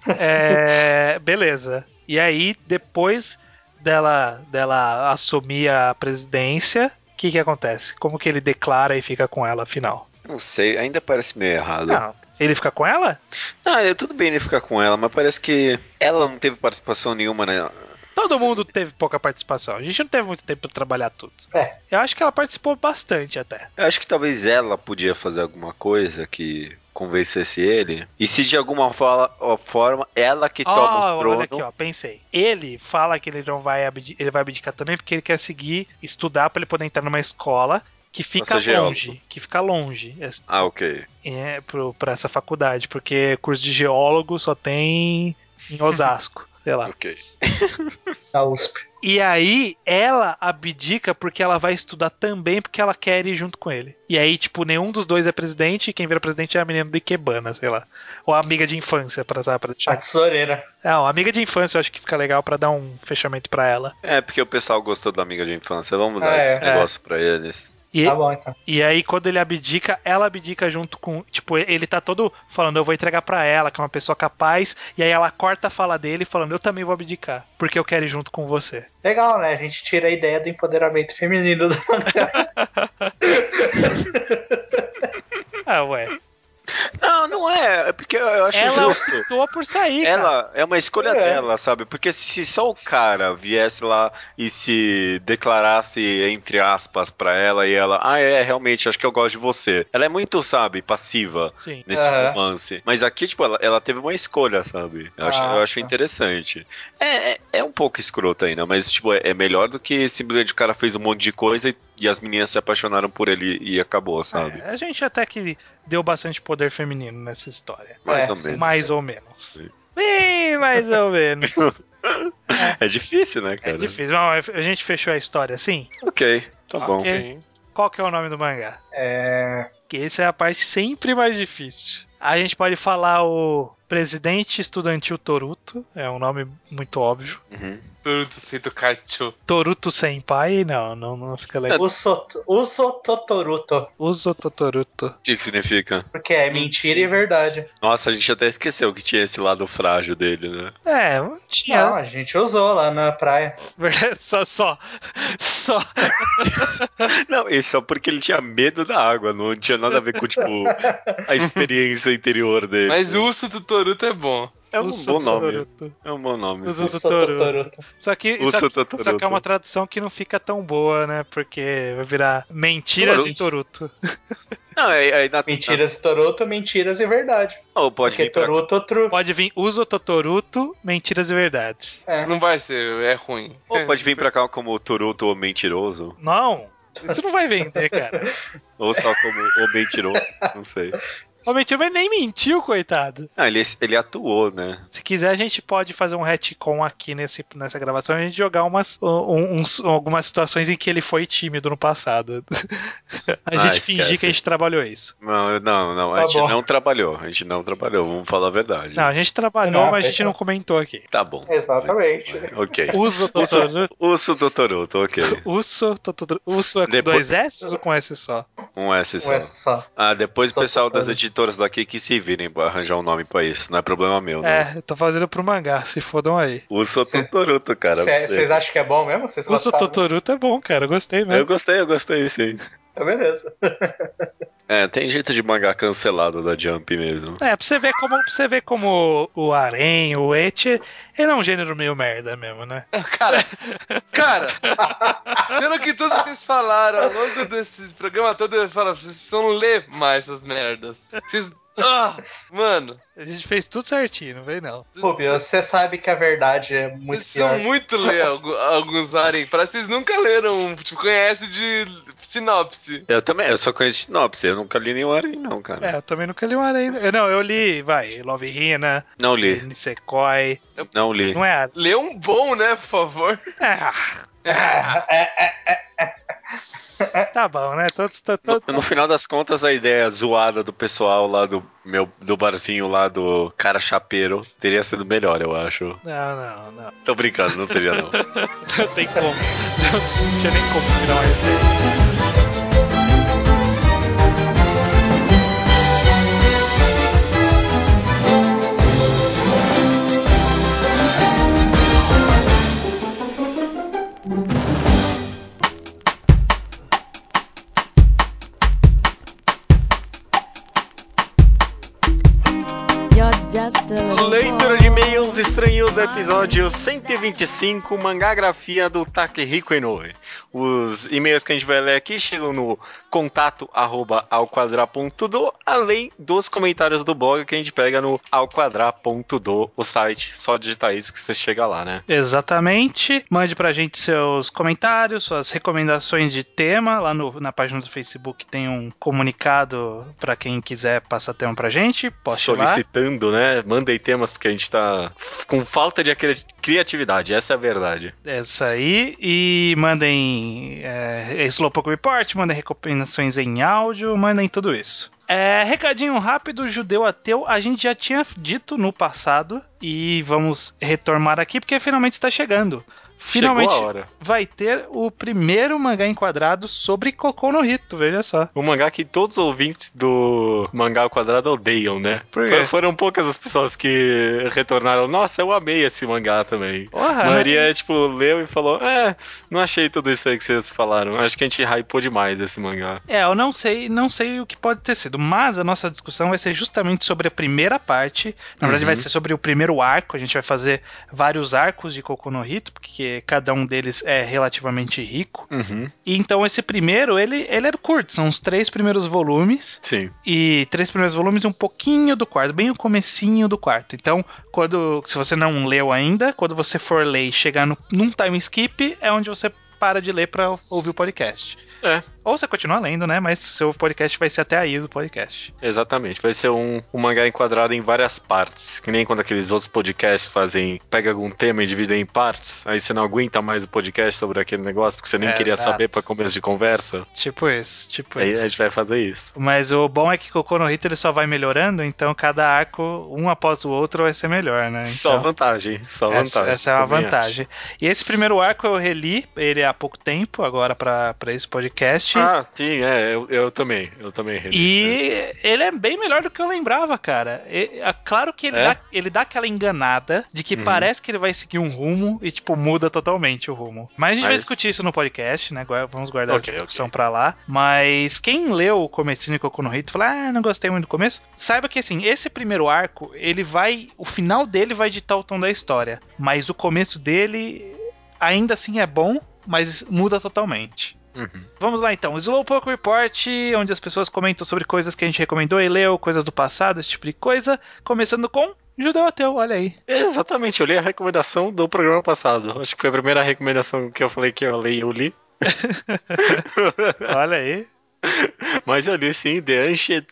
Beleza. E aí, depois dela assumir a presidência, o que acontece? Como que ele declara e fica com ela, afinal? Não sei, ainda parece meio errado. Não, ele fica com ela? Não, tudo bem ele ficar com ela, mas parece que ela não teve participação nenhuma, né? Todo mundo teve pouca participação. A gente não teve muito tempo pra trabalhar tudo. Eu acho que ela participou bastante até. Eu acho que talvez ela podia fazer alguma coisa que convencesse ele. E se de alguma forma ela que toma o trono... Olha aqui, pensei. Ele fala que ele não vai ele vai abdicar também porque ele quer seguir estudar pra ele poder entrar numa escola que fica longe. Que fica longe. Ok. Pra essa faculdade, porque curso de geólogo só tem em Osasco. Sei lá. Ok. Da USP. E aí, ela abdica porque ela vai estudar também porque ela quer ir junto com ele. E aí, tipo, nenhum dos dois é presidente e quem vira presidente é a menina do Ikebana, sei lá. Ou a amiga de infância, pra deixar. A tesoureira. A amiga de infância eu acho que fica legal pra dar um fechamento pra ela. Porque o pessoal gostou da amiga de infância. Vamos dar esse negócio pra eles. Tá bom, então. E aí, quando ele abdica, ela abdica junto com... Tipo, ele tá todo falando, eu vou entregar pra ela, que é uma pessoa capaz. E aí ela corta a fala dele falando, eu também vou abdicar, porque eu quero ir junto com você. Legal, né? A gente tira a ideia do empoderamento feminino do mangá. Ué. Não é porque eu acho justo. Ela optou por sair, cara. É uma escolha dela, sabe? Porque se só o cara viesse lá e se declarasse, entre aspas, pra ela e ela, realmente, acho que eu gosto de você. Ela é muito, sabe, passiva nesse romance. Mas aqui, tipo, ela teve uma escolha, sabe? Eu acho interessante. É um pouco escroto ainda, mas, tipo, é melhor do que simplesmente o cara fez um monte de coisa e as meninas se apaixonaram por ele e acabou, sabe? A gente até que deu bastante poder feminino nessa história. Mais ou menos. Mais ou menos. Bem, mais ou menos. É difícil, né, cara? É difícil. Não, a gente fechou a história assim? Ok, tá bom. Qual que é o nome do mangá? Que essa é a parte sempre mais difícil. A gente pode falar Presidente Estudantil Toruto, é um nome muito óbvio. Toruto Seitokacho. Toruto Senpai, não fica legal. Uso Totoruto. Uso Totoruto. O que significa? Porque é mentira e verdade. Nossa, a gente até esqueceu que tinha esse lado frágil dele, né? Tinha. Não, a gente usou lá na praia. Só. Não, isso só porque ele tinha medo da água, não tinha nada a ver com, tipo, a experiência interior dele. Mas o Uso do Toruto é bom. É um bom nome. É um bom nome. Uso Totoruto. Só que é uma tradução que não fica tão boa, né? Porque vai virar Mentiras e Toruto. Não, Mentiras e Toruto, mentiras e verdade. Ou pode porque vir pra Toruto true. Pode vir Uso Totoruto, Mentiras e Verdades. Não vai ser, é ruim. Ou pode vir pra cá como Toruto ou Mentiroso. Não, isso não vai vender, cara. Ou só como o Mentiroso, não sei. O Mentiroso nem mentiu, coitado. Não, ele atuou, né? Se quiser, a gente pode fazer um retcon aqui nessa gravação e a gente jogar algumas situações em que ele foi tímido no passado. A gente fingir que a gente trabalhou isso. Não. A gente não trabalhou. Vamos falar a verdade. Não, a gente trabalhou, mas a gente não comentou aqui. Tá bom. Exatamente. Ok. Uso Totoruto. Uso Totoruto, ok. Uso Totoruto. Uso é com dois S ou com S só? Um S só. Depois o pessoal das editoras daqui que se virem pra arranjar um nome pra isso. Não é problema meu, não. Eu tô fazendo pro mangá, se fodam aí. Uso Totoruto, cara. Vocês acham que é bom mesmo? Uso Totoruto é bom, cara. Eu gostei mesmo. Eu gostei sim. Beleza. Tem jeito de mangá cancelado da Jump mesmo. Pra você ver como o Arém, o Eti, ele é um gênero meio merda mesmo, né? Cara, pelo que todos vocês falaram ao longo desse programa todo, eu falo, vocês precisam ler mais essas merdas. Vocês... mano. A gente fez tudo certinho, não veio não. Rubio, você sabe que a verdade é muito vocês pior. Vocês muito ler alguns Arém. Parece que vocês nunca leram, tipo, conhecem de sinopse. Eu também, eu só conheço sinopse, eu nunca li nenhum Arém não, cara. Eu também nunca li um Arém. Eu li, Love Hina. Não li. Nisekoi. Não li. Não é Arém. Lê um bom, né, por favor. Tá bom, né? No final das contas, a ideia zoada do pessoal lá do barzinho lá do cara chapeiro teria sido melhor, eu acho. Não. Tô brincando, não seria não. Não tem como. Não tinha nem como virar uma referência. Leitura de e-mails estranho do episódio 125, Mangagrafia do Takehiko Inoue. Os e-mails que a gente vai ler aqui chegam no contato@alquadra.do, além dos comentários do blog que a gente pega no alquadra.do, o site. Só digitar isso que você chega lá, né? Exatamente. Mande pra gente seus comentários, suas recomendações de tema. Lá na página do Facebook tem um comunicado pra quem quiser passar tema pra gente. Solicitando, né? Mandem temas porque a gente tá com falta de criatividade, essa é a verdade. Essa aí. E mandem Slowpoke Report, mandem recomendações em áudio, mandem tudo isso. Recadinho rápido, judeu ateu, a gente já tinha dito no passado e vamos retomar aqui porque finalmente está chegando. Finalmente vai ter o primeiro mangá enquadrado sobre Kokou no Hito, veja só. Um mangá que todos os ouvintes do Mangá ao Quadrado odeiam, né? Foram poucas as pessoas que retornaram. Nossa, eu amei esse mangá também. A maioria, leu e falou, não achei tudo isso aí que vocês falaram. Acho que a gente hypou demais esse mangá. Eu não sei o que pode ter sido, mas a nossa discussão vai ser justamente sobre a primeira parte. Na verdade, vai ser sobre o primeiro arco. A gente vai fazer vários arcos de Kokou no Hito, porque cada um deles é relativamente rico. E então esse primeiro, ele é curto, são os 3 primeiros volumes. Sim. E 3 primeiros volumes e um pouquinho do quarto, bem o comecinho do quarto. Então, se você não leu ainda, quando você for ler e chegar num time skip, é onde você para de ler pra ouvir o podcast. Ou você continua lendo, né? Mas seu podcast vai ser até aí do podcast. Exatamente. Vai ser um mangá enquadrado em várias partes. Que nem quando aqueles outros podcasts pega algum tema e dividem em partes. Aí você não aguenta mais o podcast sobre aquele negócio, porque você nem queria saber pra começo de conversa. Tipo isso. Aí a gente vai fazer isso. Mas o bom é que Koku no Hito ele só vai melhorando, então cada arco, um após o outro, vai ser melhor, né? Então, só vantagem. Essa é uma vantagem. E esse primeiro arco eu reli ele há pouco tempo, agora pra esse podcast. Ah, sim, eu também reli. E ele é bem melhor do que eu lembrava, cara. Claro que ele dá aquela enganada de que parece que ele vai seguir um rumo e, tipo, muda totalmente o rumo. Mas a gente vai discutir isso no podcast, né? Vamos guardar essa discussão pra lá. Mas quem leu o comecinho de Koku no Hito fala, não gostei muito do começo. Saiba que, assim, esse primeiro arco, o final dele vai ditar o tom da história. Mas o começo dele, ainda assim, é bom, mas muda totalmente. Vamos lá então, Slowpoke Report, onde as pessoas comentam sobre coisas que a gente recomendou e leu, coisas do passado, esse tipo de coisa, começando com Judeu Ateu, olha aí. Exatamente, eu li a recomendação do programa passado, acho que foi a primeira recomendação que eu falei que eu li. Olha aí. Mas eu li sim The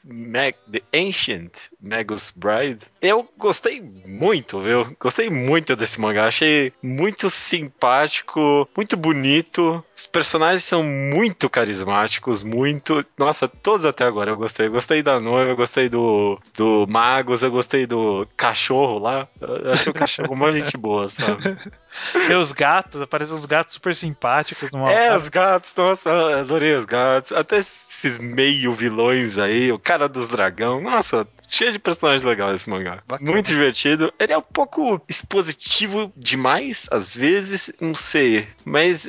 Ancient Magus Bride. Eu gostei muito, viu? Gostei muito desse mangá. Achei muito simpático, muito bonito. Os personagens são muito carismáticos, muito... Nossa, todos até agora eu gostei. Eu gostei da noiva, eu gostei do Magus, eu gostei do cachorro lá. Eu achei o cachorro uma gente boa, sabe? Tem os gatos, aparecem uns gatos super simpáticos. Os gatos, nossa, eu adorei os gatos. Até esses meio vilões aí, o cara dos dragão. Nossa, cheio de personagens legais esse mangá. Bacana. Muito divertido. Ele é um pouco expositivo demais, às vezes, não sei. Mas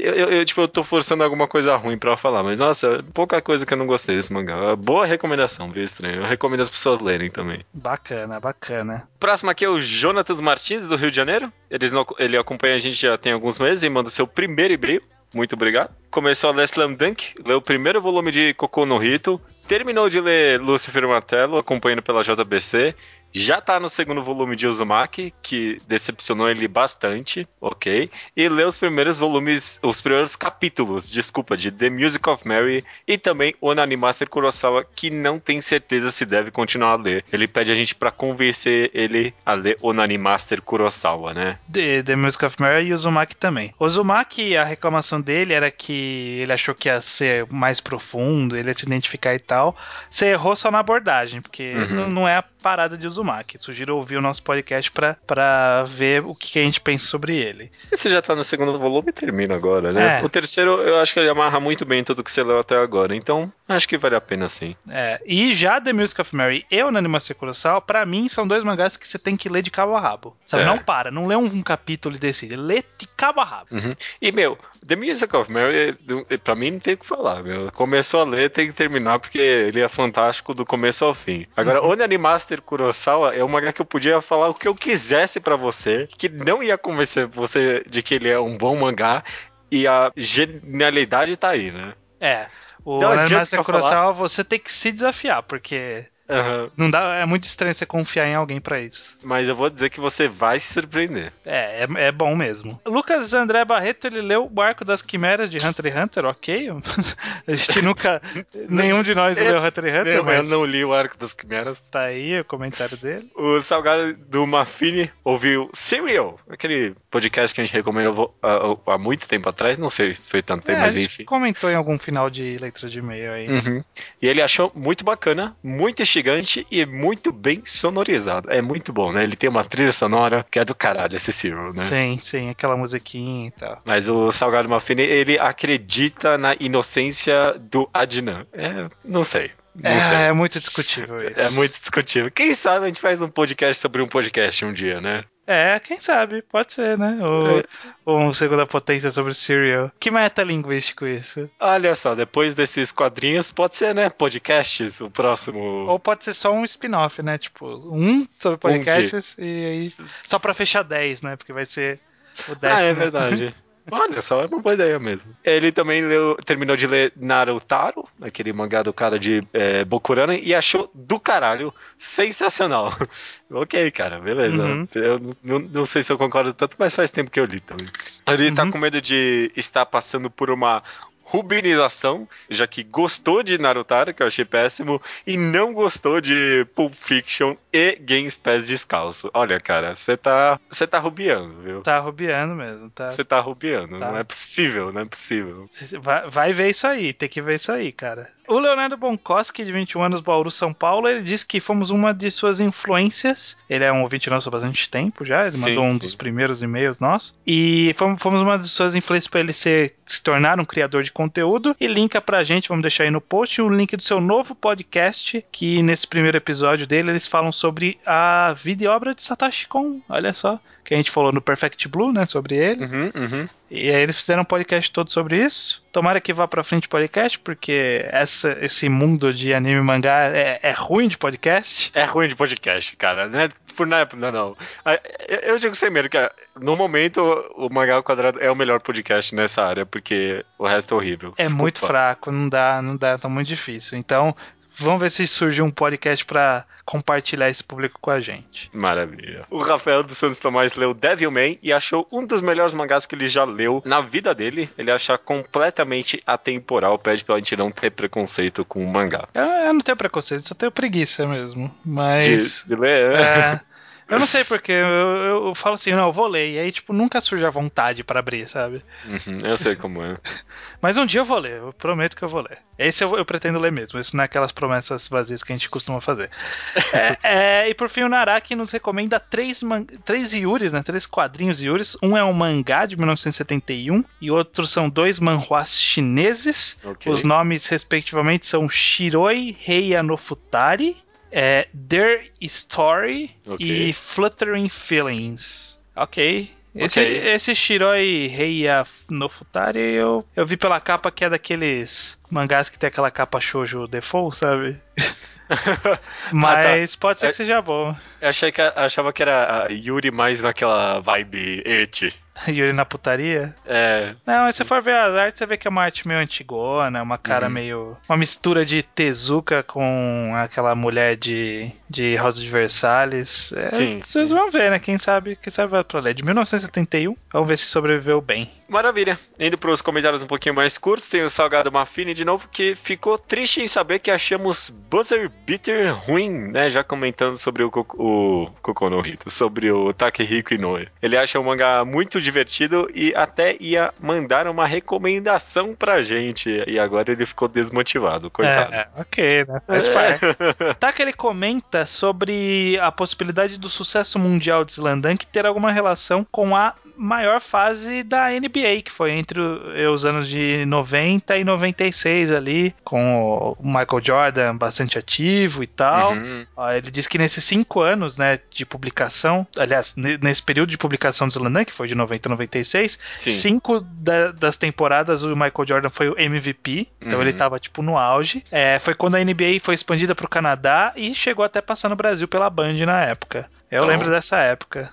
eu tô forçando alguma coisa ruim pra falar. Mas, nossa, pouca coisa que eu não gostei desse mangá. Boa recomendação, viu, estranho? Eu recomendo as pessoas lerem também. Bacana. Próximo aqui é o Jonatas Martins, do Rio de Janeiro. Ele acompanha a gente já tem alguns meses e manda o seu primeiro e-mail. Muito obrigado. Começou a ler Slam Dunk, leu o primeiro volume de Koku no Hito, terminou de ler Lucifer Martello, acompanhando pela JBC. Já tá no segundo volume de Uzumaki, que decepcionou ele bastante, ok? E leu os primeiros capítulos, de The Music of Mary e também Onani Master Kurosawa, que não tem certeza se deve continuar a ler. Ele pede a gente pra convencer ele a ler Onani Master Kurosawa, né? The Music of Mary e Uzumaki também. O Uzumaki, a reclamação dele era que ele achou que ia ser mais profundo, ele ia se identificar e tal. Você errou só na abordagem, porque não é a parada de Uzumaki. Sugiro ouvir o nosso podcast pra ver o que a gente pensa sobre ele. Esse já tá no segundo volume e termina agora, né? O terceiro, eu acho que ele amarra muito bem tudo que você leu até agora. Então, acho que vale a pena sim. E já The Music of Mary e o Onani Master Kurosawa, pra mim, são dois mangás que você tem que ler de cabo a rabo. Sabe? Não lê um capítulo e decide. Lê de cabo a rabo. E, The Music of Mary, pra mim, não tem o que falar, meu. Começou a ler, tem que terminar, porque ele é fantástico do começo ao fim. Agora, Onani Master Kurosawa é um mangá que eu podia falar o que eu quisesse pra você, que não ia convencer você de que ele é um bom mangá, e a genialidade tá aí, né? O Onani Master Kurosawa você tem que se desafiar, porque... Não dá, é muito estranho você confiar em alguém pra isso. Mas eu vou dizer que você vai se surpreender. É bom mesmo. Lucas André Barreto, ele leu o Arco das Quimeras de Hunter x Hunter, ok? A gente nunca... nenhum de nós leu Hunter x Hunter, mas... Eu não li o Arco das Quimeras. Tá aí o comentário dele. O Salgado do Mafini ouviu Serial, aquele podcast que a gente recomendou há muito tempo atrás, não sei se foi tanto tempo, mas enfim. A gente comentou em algum final de leitura de e-mail aí. E ele achou muito bacana, muito gigante e muito bem sonorizado. É muito bom, né? Ele tem uma trilha sonora que é do caralho, esse Serial, né? Sim, aquela musiquinha e tal. Mas o Salgado Mafini, ele acredita na inocência do Adnan. Não sei. É muito discutível isso. É muito discutível. Quem sabe a gente faz um podcast sobre um podcast um dia, né? Quem sabe, pode ser, né? Ou um Segunda Potência sobre Serial. Que metalinguístico isso. Olha só, depois desses quadrinhos, pode ser, né? Podcasts, o próximo... Ou pode ser só um spin-off, né? Tipo, um sobre podcasts e aí só pra fechar 10, né? Porque vai ser o 10º. É verdade. Olha só, é uma boa ideia mesmo. Ele também terminou de ler Narutaro, aquele mangá do cara de Bokurana, e achou do caralho, sensacional. Ok, cara, beleza. Eu não sei se eu concordo tanto, mas faz tempo que eu li também. Ele tá com medo de estar passando por uma Rubinização, já que gostou de Narutaro, que eu achei péssimo, e não gostou de Pulp Fiction e Games Pés Descalço. Olha, cara, você tá rubiando, viu? Tá rubiando mesmo. Você tá rubiando, tá. Não é possível, não é possível. Vai ver isso aí, tem que ver isso aí, cara. O Leonardo Bonkoski, de 21 anos, Bauru, São Paulo, ele disse que fomos uma de suas influências. Ele é um ouvinte nosso há bastante tempo já, ele mandou um dos primeiros e-mails nossos. E fomos uma de suas influências para ele se tornar um criador de conteúdo. E linka pra gente, vamos deixar aí no post, o link do seu novo podcast, que nesse primeiro episódio dele eles falam sobre a vida e obra de Satoshi Kon, olha só. Que a gente falou no Perfect Blue, né, sobre ele. E aí eles fizeram um podcast todo sobre isso. Tomara que vá pra frente o podcast, porque esse mundo de anime e mangá é ruim de podcast. É ruim de podcast, cara. Não é por nada, não. Eu digo sem medo, que no momento o Mangá ao Quadrado é o melhor podcast nessa área, porque o resto é horrível. É muito fraco, não dá, tá muito difícil. Então, vamos ver se surge um podcast pra compartilhar esse público com a gente. Maravilha. O Rafael dos Santos Tomás leu Devilman e achou um dos melhores mangás que ele já leu na vida dele. Ele acha completamente atemporal. Pede pra gente não ter preconceito com o mangá. Eu não tenho preconceito, só tenho preguiça mesmo. Mas... De ler? Eu não sei porque eu falo assim, não, eu vou ler. E aí, tipo, nunca surge a vontade pra abrir, sabe? Eu sei como é. Mas um dia eu vou ler, eu prometo que eu vou ler. Esse eu pretendo ler mesmo, isso não é aquelas promessas vazias que a gente costuma fazer. E por fim, o Naraki nos recomenda três Yuris, né? 3 quadrinhos Yuris. Um é um mangá de 1971 e outros são 2 manhwas chineses. Okay. Os nomes, respectivamente, são Shiroi Heiya no Futari, Their Story e Fluttering Feelings. Ok. Esse Shiroi Heiya no Futari eu vi pela capa que é daqueles mangás que tem aquela capa shoujo default, sabe? Mas pode ser que seja bom. Eu achava que era a Yuri mais naquela vibe ecchi. Yuri na putaria? Não, mas se você for ver as artes, você vê que é uma arte meio antigona, uma cara meio... Uma mistura de Tezuka com aquela mulher de Rosa de Versalhes. Vocês vão ver, né? Quem sabe vai pra ler. De 1971. Vamos ver se sobreviveu bem. Maravilha. Indo pros comentários um pouquinho mais curtos, tem o Salgado Mafini de novo, que ficou triste em saber que achamos Buzzer Beater ruim, né? Já comentando sobre o Kokono no Hito, sobre o Takehiko Inoue. Ele acha o mangá muito divertido e até ia mandar uma recomendação pra gente. E agora ele ficou desmotivado, coitado. Ok, né? Faz parte. Tá que ele comenta sobre a possibilidade do sucesso mundial de Slamdunk ter alguma relação com a maior fase da NBA, que foi entre os anos de 90 e 96 ali, com o Michael Jordan bastante ativo e tal. Ele diz que nesses 5 anos, né, de publicação, aliás, nesse período de publicação do Slamdunk, que foi de 90 a 96, 5 das temporadas o Michael Jordan foi o MVP, então ele tava tipo no auge. Foi quando a NBA foi expandida pro Canadá e chegou até passar no Brasil pela Band na época. Eu lembro dessa época.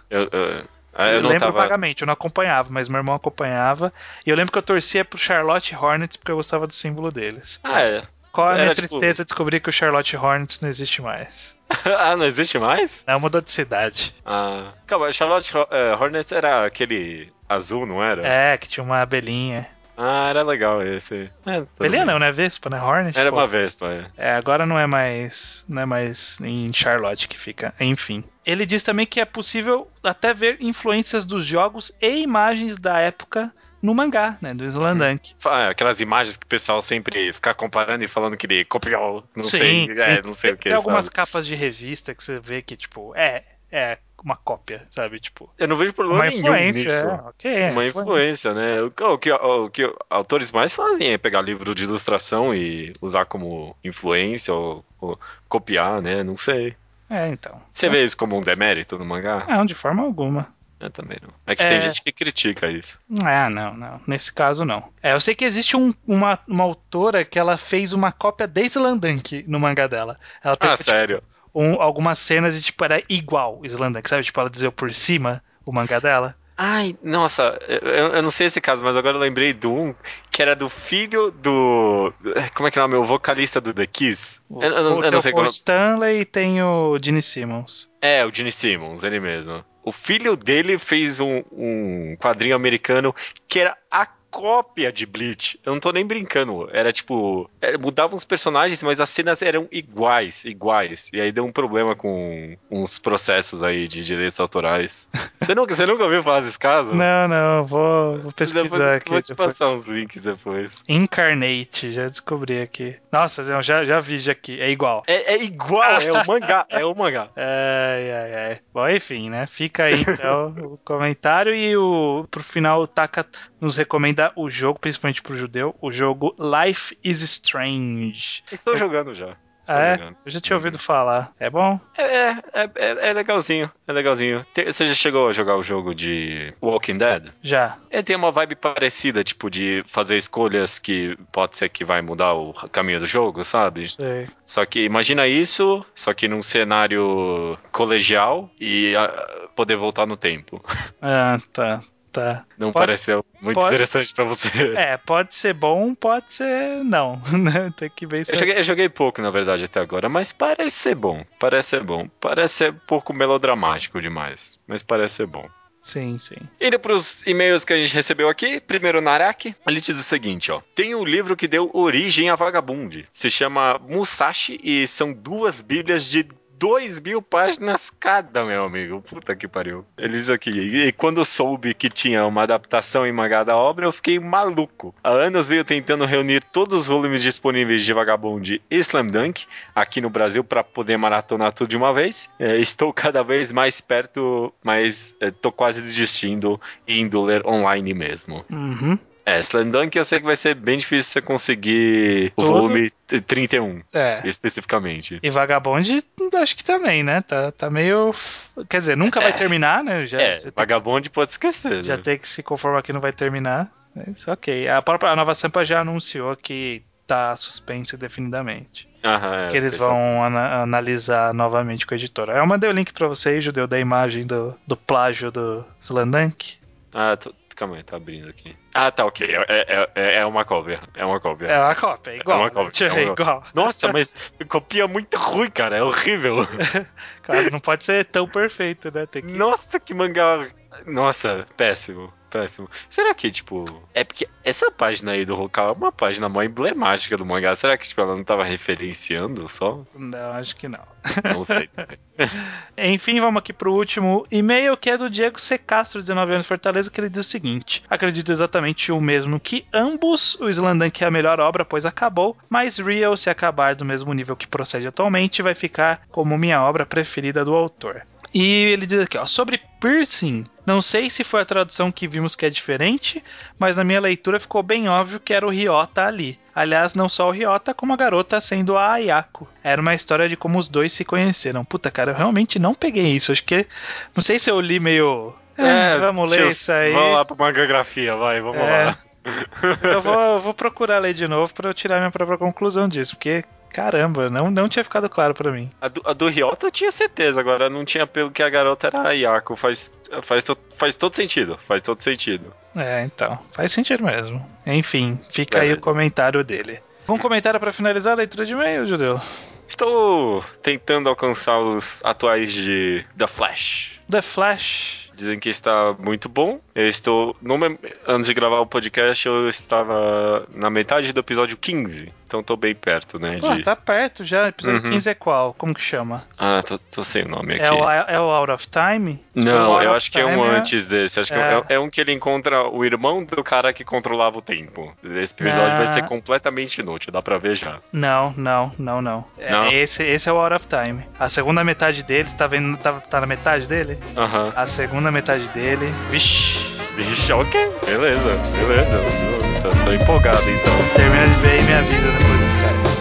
Eu lembro vagamente, eu não acompanhava, mas meu irmão acompanhava. E eu lembro que eu torcia pro Charlotte Hornets porque eu gostava do símbolo deles. Qual a minha tristeza descobrir que o Charlotte Hornets não existe mais? Não existe mais? Não, mudou de cidade. Calma, Charlotte Hornets era aquele azul, não era? Que tinha uma abelhinha. Era legal esse. Abelhinha não, né? Vespa, né? Hornet? Era uma Vespa, agora não é mais em Charlotte que fica. Enfim. Ele diz também que é possível até ver influências dos jogos e imagens da época no mangá, né, do Slamdunk. Aquelas imagens que o pessoal sempre fica comparando e falando que ele copiou, não sei o que. Tem algumas capas de revista que você vê que, tipo, é uma cópia, sabe, tipo... Eu não vejo problema nenhum nisso. Uma influência, né? O que autores mais fazem é pegar livro de ilustração e usar como influência ou copiar, né? Não sei. Então. Você vê isso como um demérito no mangá? Não, de forma alguma. Eu também não. É que tem gente que critica isso. Não. Nesse caso, não. Eu sei que existe uma autora que ela fez uma cópia de Slamdunk no mangá dela. Ela tem, sério? Algumas cenas e, tipo, era igual o Slamdunk, sabe? Tipo, ela dizia por cima o mangá dela. Ai, nossa, eu não sei esse caso, mas agora eu lembrei de um que era do filho do... Como é que é o nome? O vocalista do The Kiss? Eu não sei como... O Stanley e tem o Gene Simmons. O Gene Simmons, ele mesmo. O filho dele fez um quadrinho americano que era a cópia de Bleach. Eu não tô nem brincando. Era tipo... mudavam os personagens, mas as cenas eram iguais. E aí deu um problema com uns processos aí de direitos autorais. Você nunca ouviu falar desse caso? Não, vou pesquisar depois, aqui. Vou te passar uns links depois. Incarnate, já descobri aqui. Nossa, eu já vi já aqui, é igual. É igual, é o mangá. Ai. Bom, enfim, né? Fica aí então o comentário e pro final o Taka nos recomenda o jogo, principalmente pro judeu, o jogo Life is Strange. Estou jogando já. Eu já tinha ouvido falar. É bom? É legalzinho. Você já chegou a jogar o jogo de Walking Dead? Já. Tem uma vibe parecida, tipo, de fazer escolhas que pode ser que vai mudar o caminho do jogo, sabe? Sei. Só que imagina isso, só que num cenário colegial e poder voltar no tempo. Ah, tá. Não pareceu muito interessante pra você. Pode ser bom, pode ser não. Tem que ver isso. Eu joguei pouco, na verdade, até agora, mas parece ser bom. Parece ser um pouco melodramático demais, mas parece ser bom. Sim. Indo pros e-mails que a gente recebeu aqui, primeiro Naraki, ele diz o seguinte, ó. Tem um livro que deu origem a Vagabond. Se chama Musashi e são 2 bíblias de 2.000 páginas cada, meu amigo. Puta que pariu. Ele diz aqui, e quando soube que tinha uma adaptação em mangá da obra, eu fiquei maluco. Há anos veio tentando reunir todos os volumes disponíveis de Vagabond e Slam Dunk aqui no Brasil para poder maratonar tudo de uma vez. Estou cada vez mais perto, mas tô quase desistindo e indo ler online mesmo. Uhum. Slam Dunk eu sei que vai ser bem difícil você conseguir o volume 31, especificamente. E Vagabond, acho que também, né? Tá meio... Quer dizer, nunca vai terminar, né? Já Vagabond pode esquecer. Já né? tem que se conformar que não vai terminar. Mas, ok. A Nova Sampa já anunciou que tá suspenso indefinidamente. Que eles vão analisar novamente com a editora. Eu mandei o link pra vocês, Judeu, da imagem do plágio do Slam Dunk. Calma aí, tá abrindo aqui. Tá, ok. É uma cópia. É uma cópia. É uma cópia, é igual. É uma cópia. É igual. Nossa, mas copia muito ruim, cara. É horrível. Claro, não pode ser tão perfeito, né? Tem que... Nossa, que mangá. Nossa, péssimo. Será que, tipo... É porque essa página aí do Hokawa é uma página mó emblemática do mangá. Será que, tipo, ela não tava referenciando só? Não, acho que não. Não sei. Enfim, vamos aqui pro último e-mail, que é do Diego C. Castro, 19 anos, Fortaleza, que ele diz o seguinte: acredito exatamente o mesmo que ambos, o Slam Dunk é a melhor obra, pois acabou, mas Real, se acabar do mesmo nível que procede atualmente, vai ficar como minha obra preferida do autor. E ele diz aqui, ó, sobre piercing, não sei se foi a tradução que vimos que é diferente, mas na minha leitura ficou bem óbvio que era o Ryota ali. Aliás, não só o Ryota, como a garota sendo a Ayako. Era uma história de como os dois se conheceram. Puta, cara, eu realmente não peguei isso. Acho que... Não sei se eu li meio... vamos ler isso aí. Vamos lá pra mangagrafia, vamos lá. Eu vou procurar ler de novo pra eu tirar minha própria conclusão disso, porque... Caramba, não tinha ficado claro pra mim. A do Ryota eu tinha certeza, agora não tinha pego que a garota era a Ayako. Faz todo sentido, Então, faz sentido mesmo. Enfim, fica aí o comentário dele. Um comentário pra finalizar a leitura de e-mail, Judeu? Estou tentando alcançar os atuais de The Flash. The Flash... Dizem que está muito bom. Eu estou... Antes de gravar o podcast, eu estava na metade do episódio 15. Então tô bem perto, né? Pô, tá perto já. Episódio 15 é qual? Como que chama? Tô sem o nome aqui. É o Out of Time? Não, eu acho que é um antes desse. Acho que é um que ele encontra o irmão do cara que controlava o tempo. Esse episódio vai ser completamente inútil, dá pra ver já. Não. Esse é o Out of Time. A segunda metade dele, você tá vendo? Tá na metade dele? A segunda metade dele. Vixe, ok. Beleza. Tô empolgado então. Termina de ver e me avisa depois dos caras.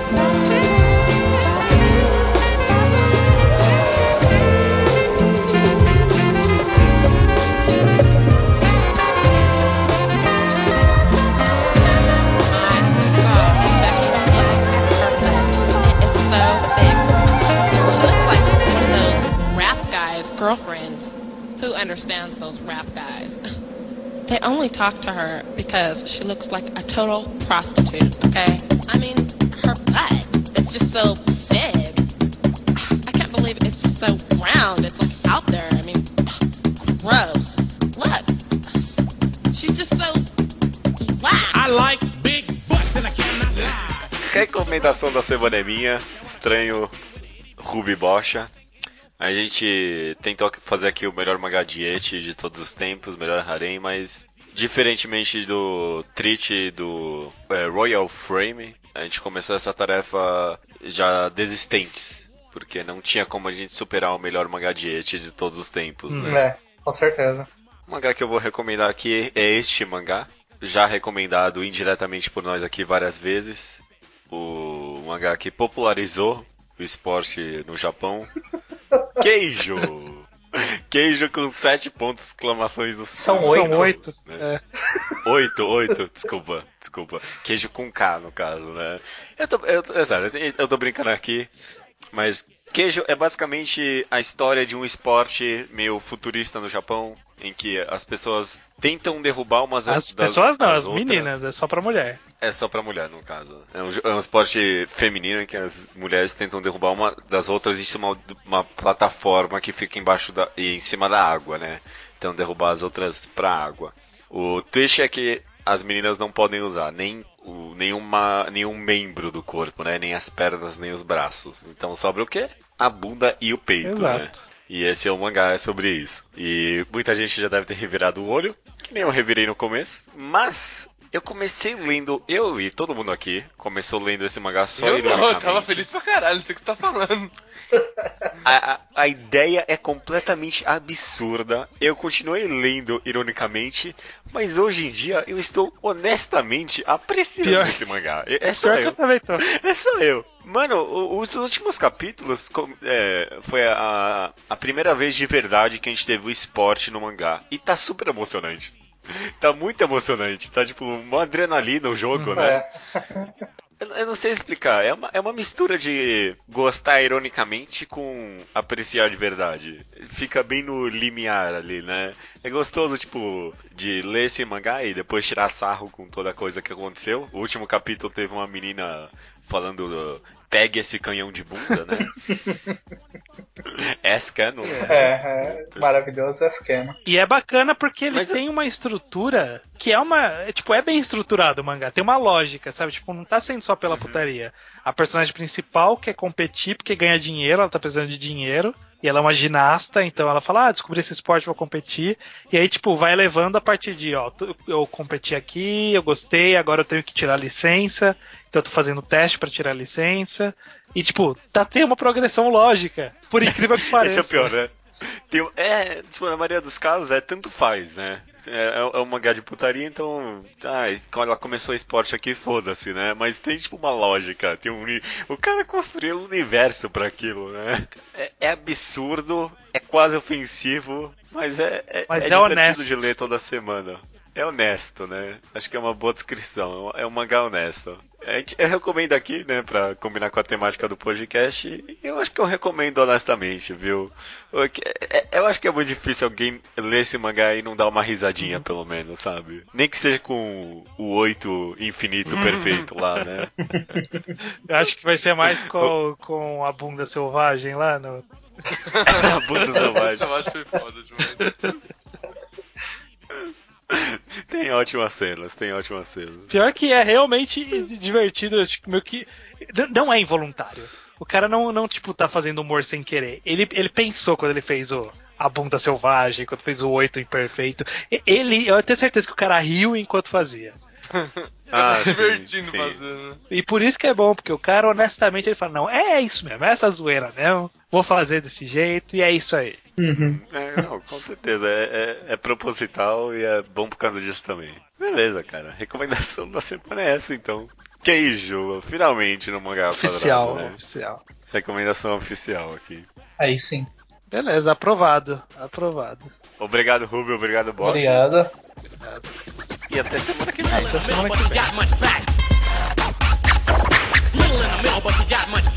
Girlfriends who understands those rap guys. They only talk to her because she looks like a total prostitute, okay? I mean, her butt is just so big. I can't believe it's just so round. It's like out there. I mean, gross. Look. She's just so recomendação da semana é minha. Estranho Ruby Bocha. A gente tentou fazer aqui o melhor mangá de ecchi de todos os tempos, melhor harem, mas diferentemente do Treat e do Royal Frame, a gente começou essa tarefa já desistentes, porque não tinha como a gente superar o melhor mangá de ecchi de todos os tempos, né? Com certeza. O mangá que eu vou recomendar aqui é este mangá, já recomendado indiretamente por nós aqui várias vezes. O mangá que popularizou o esporte no Japão. Queijo! Queijo com 7 pontos, exclamações do São 8. Né? 8, desculpa. Queijo com K, no caso, né? Eu tô brincando aqui, mas Queijo é basicamente a história de um esporte meio futurista no Japão, em que as pessoas tentam derrubar umas As pessoas não, as outras. meninas, é só pra mulher. É só pra mulher, no caso. É um esporte feminino em que as mulheres tentam derrubar uma das outras em cima de uma plataforma que fica em cima da água, né? Então derrubar as outras pra água. O twist é que as meninas não podem usar nenhum membro do corpo, né? Nem as pernas, nem os braços. Então sobra o quê? A bunda e o peito, Exato. né? E esse é o mangá, é sobre isso. E muita gente já deve ter revirado o olho, que nem eu revirei no começo, mas eu comecei lendo, eu e todo mundo aqui começou lendo esse mangá só ironicamente. Eu tava feliz pra caralho, não sei o que você tá falando. A ideia é completamente absurda. Eu continuei lendo ironicamente, mas hoje em dia eu estou honestamente apreciando esse mangá. É só eu. É só eu. Mano, os últimos capítulos foi a primeira vez de verdade que a gente teve o esporte no mangá. E tá super emocionante. Tá muito emocionante. Tá tipo uma adrenalina o jogo, né? Eu não sei explicar. É uma mistura de gostar ironicamente com apreciar de verdade. Fica bem no limiar ali, né? É gostoso, tipo, de ler esse mangá e depois tirar sarro com toda a coisa que aconteceu. O último capítulo teve uma menina falando pegue esse canhão de bunda, né? S-Cano. Maravilhoso S-Cano. E é bacana porque ele tem uma estrutura que é bem estruturado o mangá, tem uma lógica, sabe? Tipo, não tá sendo só pela putaria. A personagem principal quer competir porque ganha dinheiro, ela tá precisando de dinheiro, e ela é uma ginasta, então ela fala, descobri esse esporte, vou competir, e aí, tipo, vai levando a partir de, eu competi aqui, eu gostei, agora eu tenho que tirar a licença, então eu tô fazendo teste pra tirar a licença, e, tipo, tem uma progressão lógica, por incrível que pareça. Esse é o pior, né? Tipo, na maioria dos casos, tanto faz, né? É um mangá de putaria, então. Quando ela começou o esporte aqui, foda-se, né? Mas tem, tipo, uma lógica. O cara construiu um universo pra aquilo, né? É absurdo, é quase ofensivo, mas é divertido honesto de ler toda semana. É honesto, né? Acho que é uma boa descrição. É um mangá honesto. Eu recomendo aqui, né, pra combinar com a temática do podcast. E eu acho que eu recomendo honestamente, viu? Eu acho que é muito difícil alguém ler esse mangá e não dar uma risadinha, pelo menos, sabe? Nem que seja com o 8 infinito perfeito lá, né? Eu acho que vai ser mais com a bunda selvagem lá no. A bunda selvagem. Selvagem foi foda demais. Tem ótimas cenas. Pior que é realmente divertido, tipo, meio que. Não é involuntário. O cara não tipo, tá fazendo humor sem querer. Ele pensou quando ele fez a bunda selvagem, quando fez o 8 imperfeito. Eu tenho certeza que o cara riu enquanto fazia. Se divertindo fazendo. E por isso que é bom, porque o cara, honestamente, ele fala, não, é isso mesmo, é essa zoeira mesmo, vou fazer desse jeito e é isso aí. Não, com certeza, é proposital e é bom por causa disso também. Beleza, cara, recomendação da semana é essa, então. Queijo, finalmente no mangá oficial, quadrado, né? Oficial. Recomendação oficial aqui. Aí sim. Beleza, aprovado. Obrigado, Rubio, obrigado, Bosch. Obrigado. E até semana que vem. Até semana que vem.